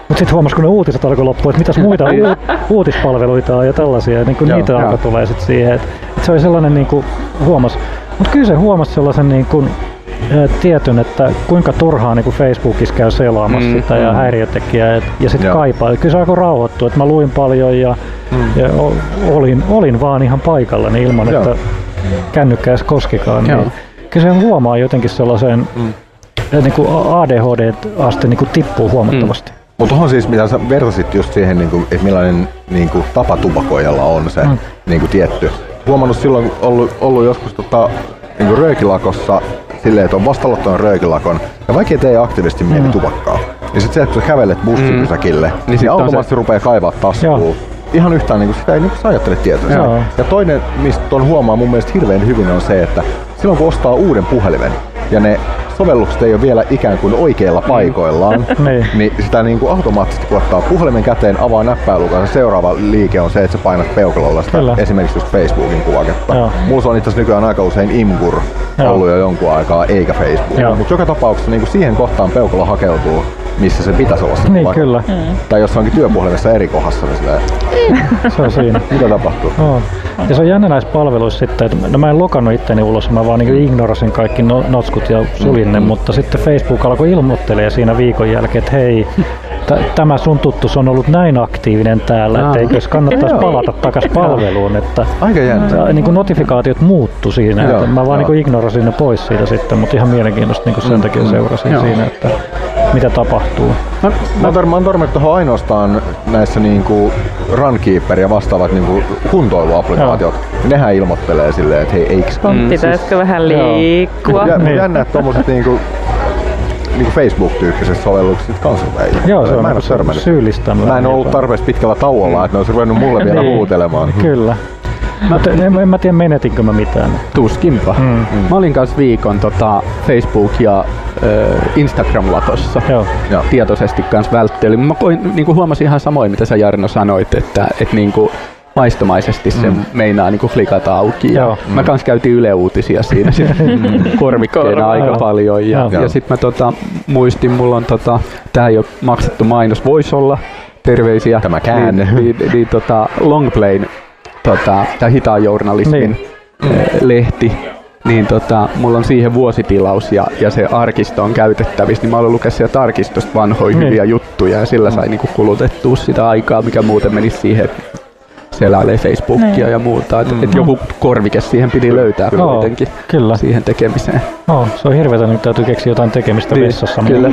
Mutta sitten huomasi, kun ne uutiset alkoi loppua, että mitäs muita u- uutispalveluita on ja tällaisia, niin kuin niitä alkoi tulee sitten siihen. Et, et se oli sellainen, niin kuin huomas. Mutta kyllä se huomasi sellaisen niin kuin, tietyn, että kuinka turhaa niin kuin Facebookissa käy selaamassa mm, sitä mm. ja häiriötekijää ja, ja sitten kaipaa. Kyllä se alkoi rauhoittua, että mä luin paljon ja, mm. ja olin, olin vaan ihan paikallani ilman, Joo. että kännykkä edes koskikaan. Niin kyllä se huomaa jotenkin sellaisen mm. niin kuin A D H D-aste niin kuin tippuu huomattavasti. Mm. Mutta tuohon siis, mitä sä vertasit just siihen, niin kuin, että millainen niin kuin, tapa tupakoijalla on se mm. niin kuin, tietty. Huomannut silloin, ollut, ollut joskus tota, niin kuin röökilakossa silleen, että on vasta aloittanut röökilakon ja vaikka ei tee aktiivisesti mieli mm. tupakkaa, niin sit se, kun sä kävelet bussipysäkille, mm. niin, niin automaattisesti se rupeaa kaivaa taskuun. Ihan yhtään niin kuin sitä ei niin kuin sä ajattelet tietoisesti. Ja toinen, mistä ton huomaa mun mielestä hirveän hyvin on se, että silloin kun ostaa uuden puhelimen ja ne sovellukset ei ole vielä ikään kuin oikeilla paikoillaan, mm. niin sitä niin kuin automaattisesti kun ottaa puhelimen käteen, avaa näppäilukan, se seuraava liike on se, että sä painat peukalolla sitä Kyllä. esimerkiksi just Facebookin kuvaketta. Joo. Mulla on itse asiassa nykyään aika usein Imgur Joo. ollut jo jonkun aikaa, eikä Facebook. Mutta joka tapauksessa niin kuin siihen kohtaan peukalo hakeutuu, missä se pitäisi olla se niin, kyllä. Mm. Tai jos onkin työpuhelimessa eri kohdassa, niin silleen, se on siinä. Mitä tapahtuu? No. Ja se on jännä näissä palveluissa sitten, että no mä en lokannut itteni ulos, mä vaan niin ignorasin kaikki no, notskut ja suljin ne, mm. mutta sitten Facebook alkoi ilmoittelee siinä viikon jälkeen, että hei, t- tämä sun tuttus on ollut näin aktiivinen täällä, että eikös kannattaisi palata takaisin palveluun. Että aika jännä. Niin kuin notifikaatiot muuttu siinä, että mä vaan niin ignorasin ne pois siitä sitten, mutta ihan mielenkiintoista niin kuin sen takia seurasin mm. siinä, että mitä tapahtuu. Mä, mä oon törmännyt tuohon ainoastaan näissä niinku Runkeeper ja vastaavat niinku kuntoiluapplikaatiot. Nehän ilmoittelee silleen, että hei, eiks mm. Pitäisikö vähän liikkua? Ja, niin. Jännä, että tommoset niinku, niinku Facebook-tyyppiset sovellukset kanssa ei. Joo, se on mä en oo syyllistänyt. Mä en oo ollut tarpeeksi pitkällä tauolla, mm. että ne ois ruvennut mulle vielä niin. huutelemaan. Kyllä. Mä te, en, en mä tiedä menetinkö mä mitään. Tuskinpa. Mm. Mm. Mä olin kanssa viikon tota, Facebook- ja äh, Instagram-latossa. Joo. Tietoisesti kanssa välttelin. Mä koin, niinku huomasin ihan samoin, mitä sä Jarno sanoit, että et, niinku, maistomaisesti se mm. meinaa niinku flikata auki. Ja mm. Mä kans käytin Yle Uutisia siinä korvikkeena aika paljon. Ja, ja sit mä tota, muistin, mulla on tota, tää ei oo maksettu mainos, vois olla. Terveisiä. Tämä käänne. Niin, niin, niin, tota, Longplayn. Tota, tämä hitaan journalismin niin. lehti, niin tota, mulla on siihen vuositilaus ja, ja se arkisto on käytettävissä, niin mä olen lukenut sieltä arkistosta vanhoja niin. hyviä juttuja ja sillä sai niinku kulutettua sitä aikaa, mikä muuten menisi siihen seläilee Facebookia niin. ja muuta. Et, mm. et joku korvike siihen piti löytää no, kuitenkin kyllä. siihen tekemiseen. No, se on hirveätä, nyt täytyy keksiä jotain tekemistä niin. vessassa. Kyllä.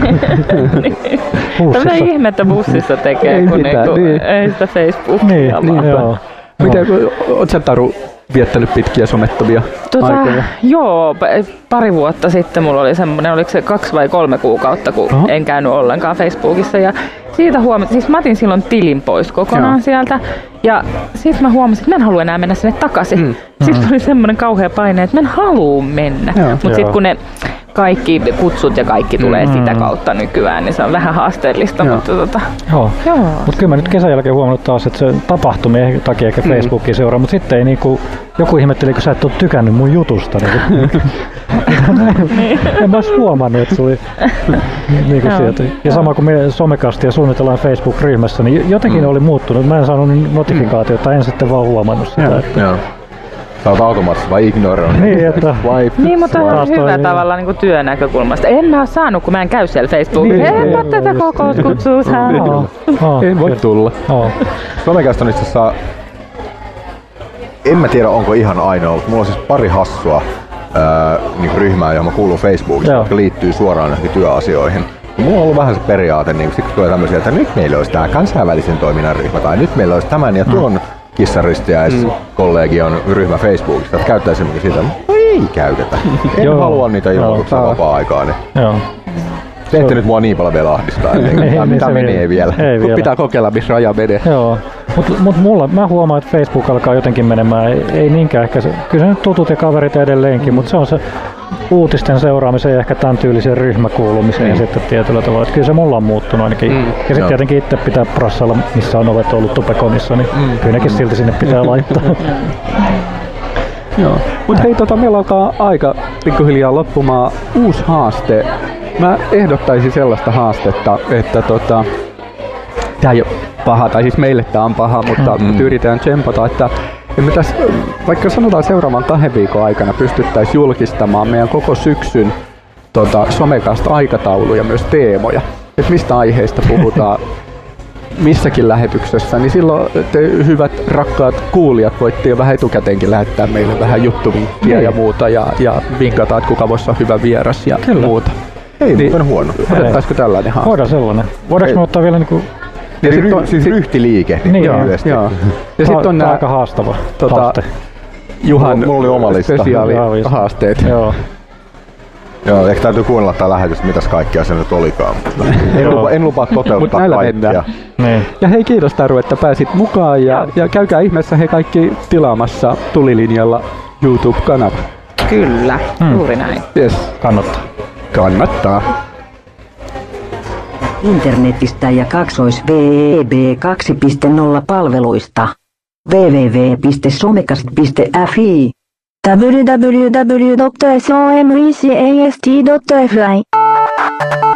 Tämmöistä ihmettä bussissa tekee, ei kun sitä, niinku, niin. ei sitä Facebookia niin, niin, joo. Miten, oot sä Taru viettänyt pitkiä somettomia tota, aikoja? Joo, pari vuotta sitten mulla oli semmoinen, oliko se kaksi vai kolme kuukautta, kun Oho. en käynyt ollenkaan Facebookissa. Ja siitä huomasin, siis mä otin silloin tilin pois kokonaan Joo. sieltä. Ja sitten mä huomasin, että mä en halua enää mennä sinne takaisin. Mm. Sitten mm. oli semmoinen kauhea paine, että mä en halua mennä. Mutta sitten kun ne kaikki kutsut ja kaikki tulee mm. sitä kautta nykyään, niin se on vähän haasteellista. Joo. Mutta tota, Joo. Joo. Mut kyllä mä nyt kesän jälkeen huomannut taas, että se tapahtumien takia ehkä mm. Facebookin seuraa, mutta sitten ei niinku, joku ihmetteli, kun sä et ole tykännyt mun jutusta. Niin niin. En mä ois huomannut, että se oli niinku sieltä. Ja sama kuin me somekastia suunnitellaan Facebook-ryhmässä, niin jotenkin mm. oli muuttunut. Mä en saanut notifikaatiota, en sitten vaan huomannut sitä. Joo. Että Joo. Sä oot automaattisesti vai ignoroinut. Niin, että swipe, niin, mutta swipe. on hyvä tavalla niin työn näkökulmasta. En mä oo saanut, kun mä en käy siellä Facebookissa. Niin, en mä tätä kokouskutsua saa. En voi tulla. Somecast on itse asiassa, en mä tiedä onko ihan ainoa, mutta mulla on siis pari hassua ää, niin ryhmää, johon mä kuulun Facebookissa, Joo. jotka liittyy suoraan näihin työasioihin. Mulla on ollut vähän se periaate, niin kun tulee tämmöisiä, että nyt meillä olisi tää kansainvälisen toiminnan ryhmä, tai nyt meillä olisi tämän ja tuon mm. kissaristiais-kollegion mm. ryhmä Facebookista, että käyttäisimme sitä. No ei käytetä. En Joo. halua niitä ilmoituksia vapaa-aikaa. Niin. Joo. Te ette nyt mua niin paljon vielä ahdistaa, että mitä menee vielä. Ei vielä. Pitää kokeilla, missä raja menee. Joo. Mutta mut mulla, mä huomaan, että Facebook alkaa jotenkin menemään, ei, ei niinkään ehkä se, kyllä se nyt tutut ja kaverit edelleenkin, mm. mutta se on se uutisten seuraamiseen ja ehkä tämän tyylisen ryhmäkuulumiseen mm. sitten tietyllä tavalla. Että kyllä se mulla on muuttunut ainakin. Mm. Ja sitten no. tietenkin itse pitää prassalla, missä on ovet ollut Tupekonissa, niin mm. kyllä nekin silti sinne pitää laittaa. Joo. Mut hei, tota, meillä alkaa aika pikkuhiljaa loppumaan uusi haaste. Mä ehdottaisin sellaista haastetta, että tota, tämä ei ole paha, tai siis meille tämä on paha, mutta mm-hmm. yritetään tsempata, että me tässä, vaikka sanotaan seuraavan kahden viikon aikana pystyttäisiin julkistamaan meidän koko syksyn tota, somekasta aikatauluja, myös teemoja, että mistä aiheista puhutaan missäkin lähetyksessä, niin silloin te hyvät rakkaat kuulijat voitte jo vähän etukäteenkin lähettää meille vähän juttuvinkkiä niin. ja muuta ja, ja vinkata, että kuka voisi olla hyvä vieras ja Kyllä. muuta. Ei niin, muuten huono. Otettaisiko tällainen haaste? Voidaan sellainen. Voidaanko me ottaa vielä niinku... Ja sit on, siis ryhtiliike. Niin, joo, joo. Ja sitten on nää aika haastava tota, haaste. Juhan mulla oli oma lista. Spesiaalihaasteet. Joo. Joo, ehkä täytyy kuunnella tää lähetys, mitäs kaikkia se nyt olikaan. en, lupa, en lupaa toteuttaa kaikkia. Niin. Ja hei, kiitos Taru, että pääsit mukaan ja, ja käykää ihmeessä he kaikki tilaamassa Tulilinjalla YouTube-kanava. Kyllä, hmm. juuri näin. Yes. Kannattaa. Kannattaa. Internetistä ja kaksois web kaksi piste nolla palveluista. double-u double-u double-u piste somecast piste f i double-u double-u double-u piste somecast piste f i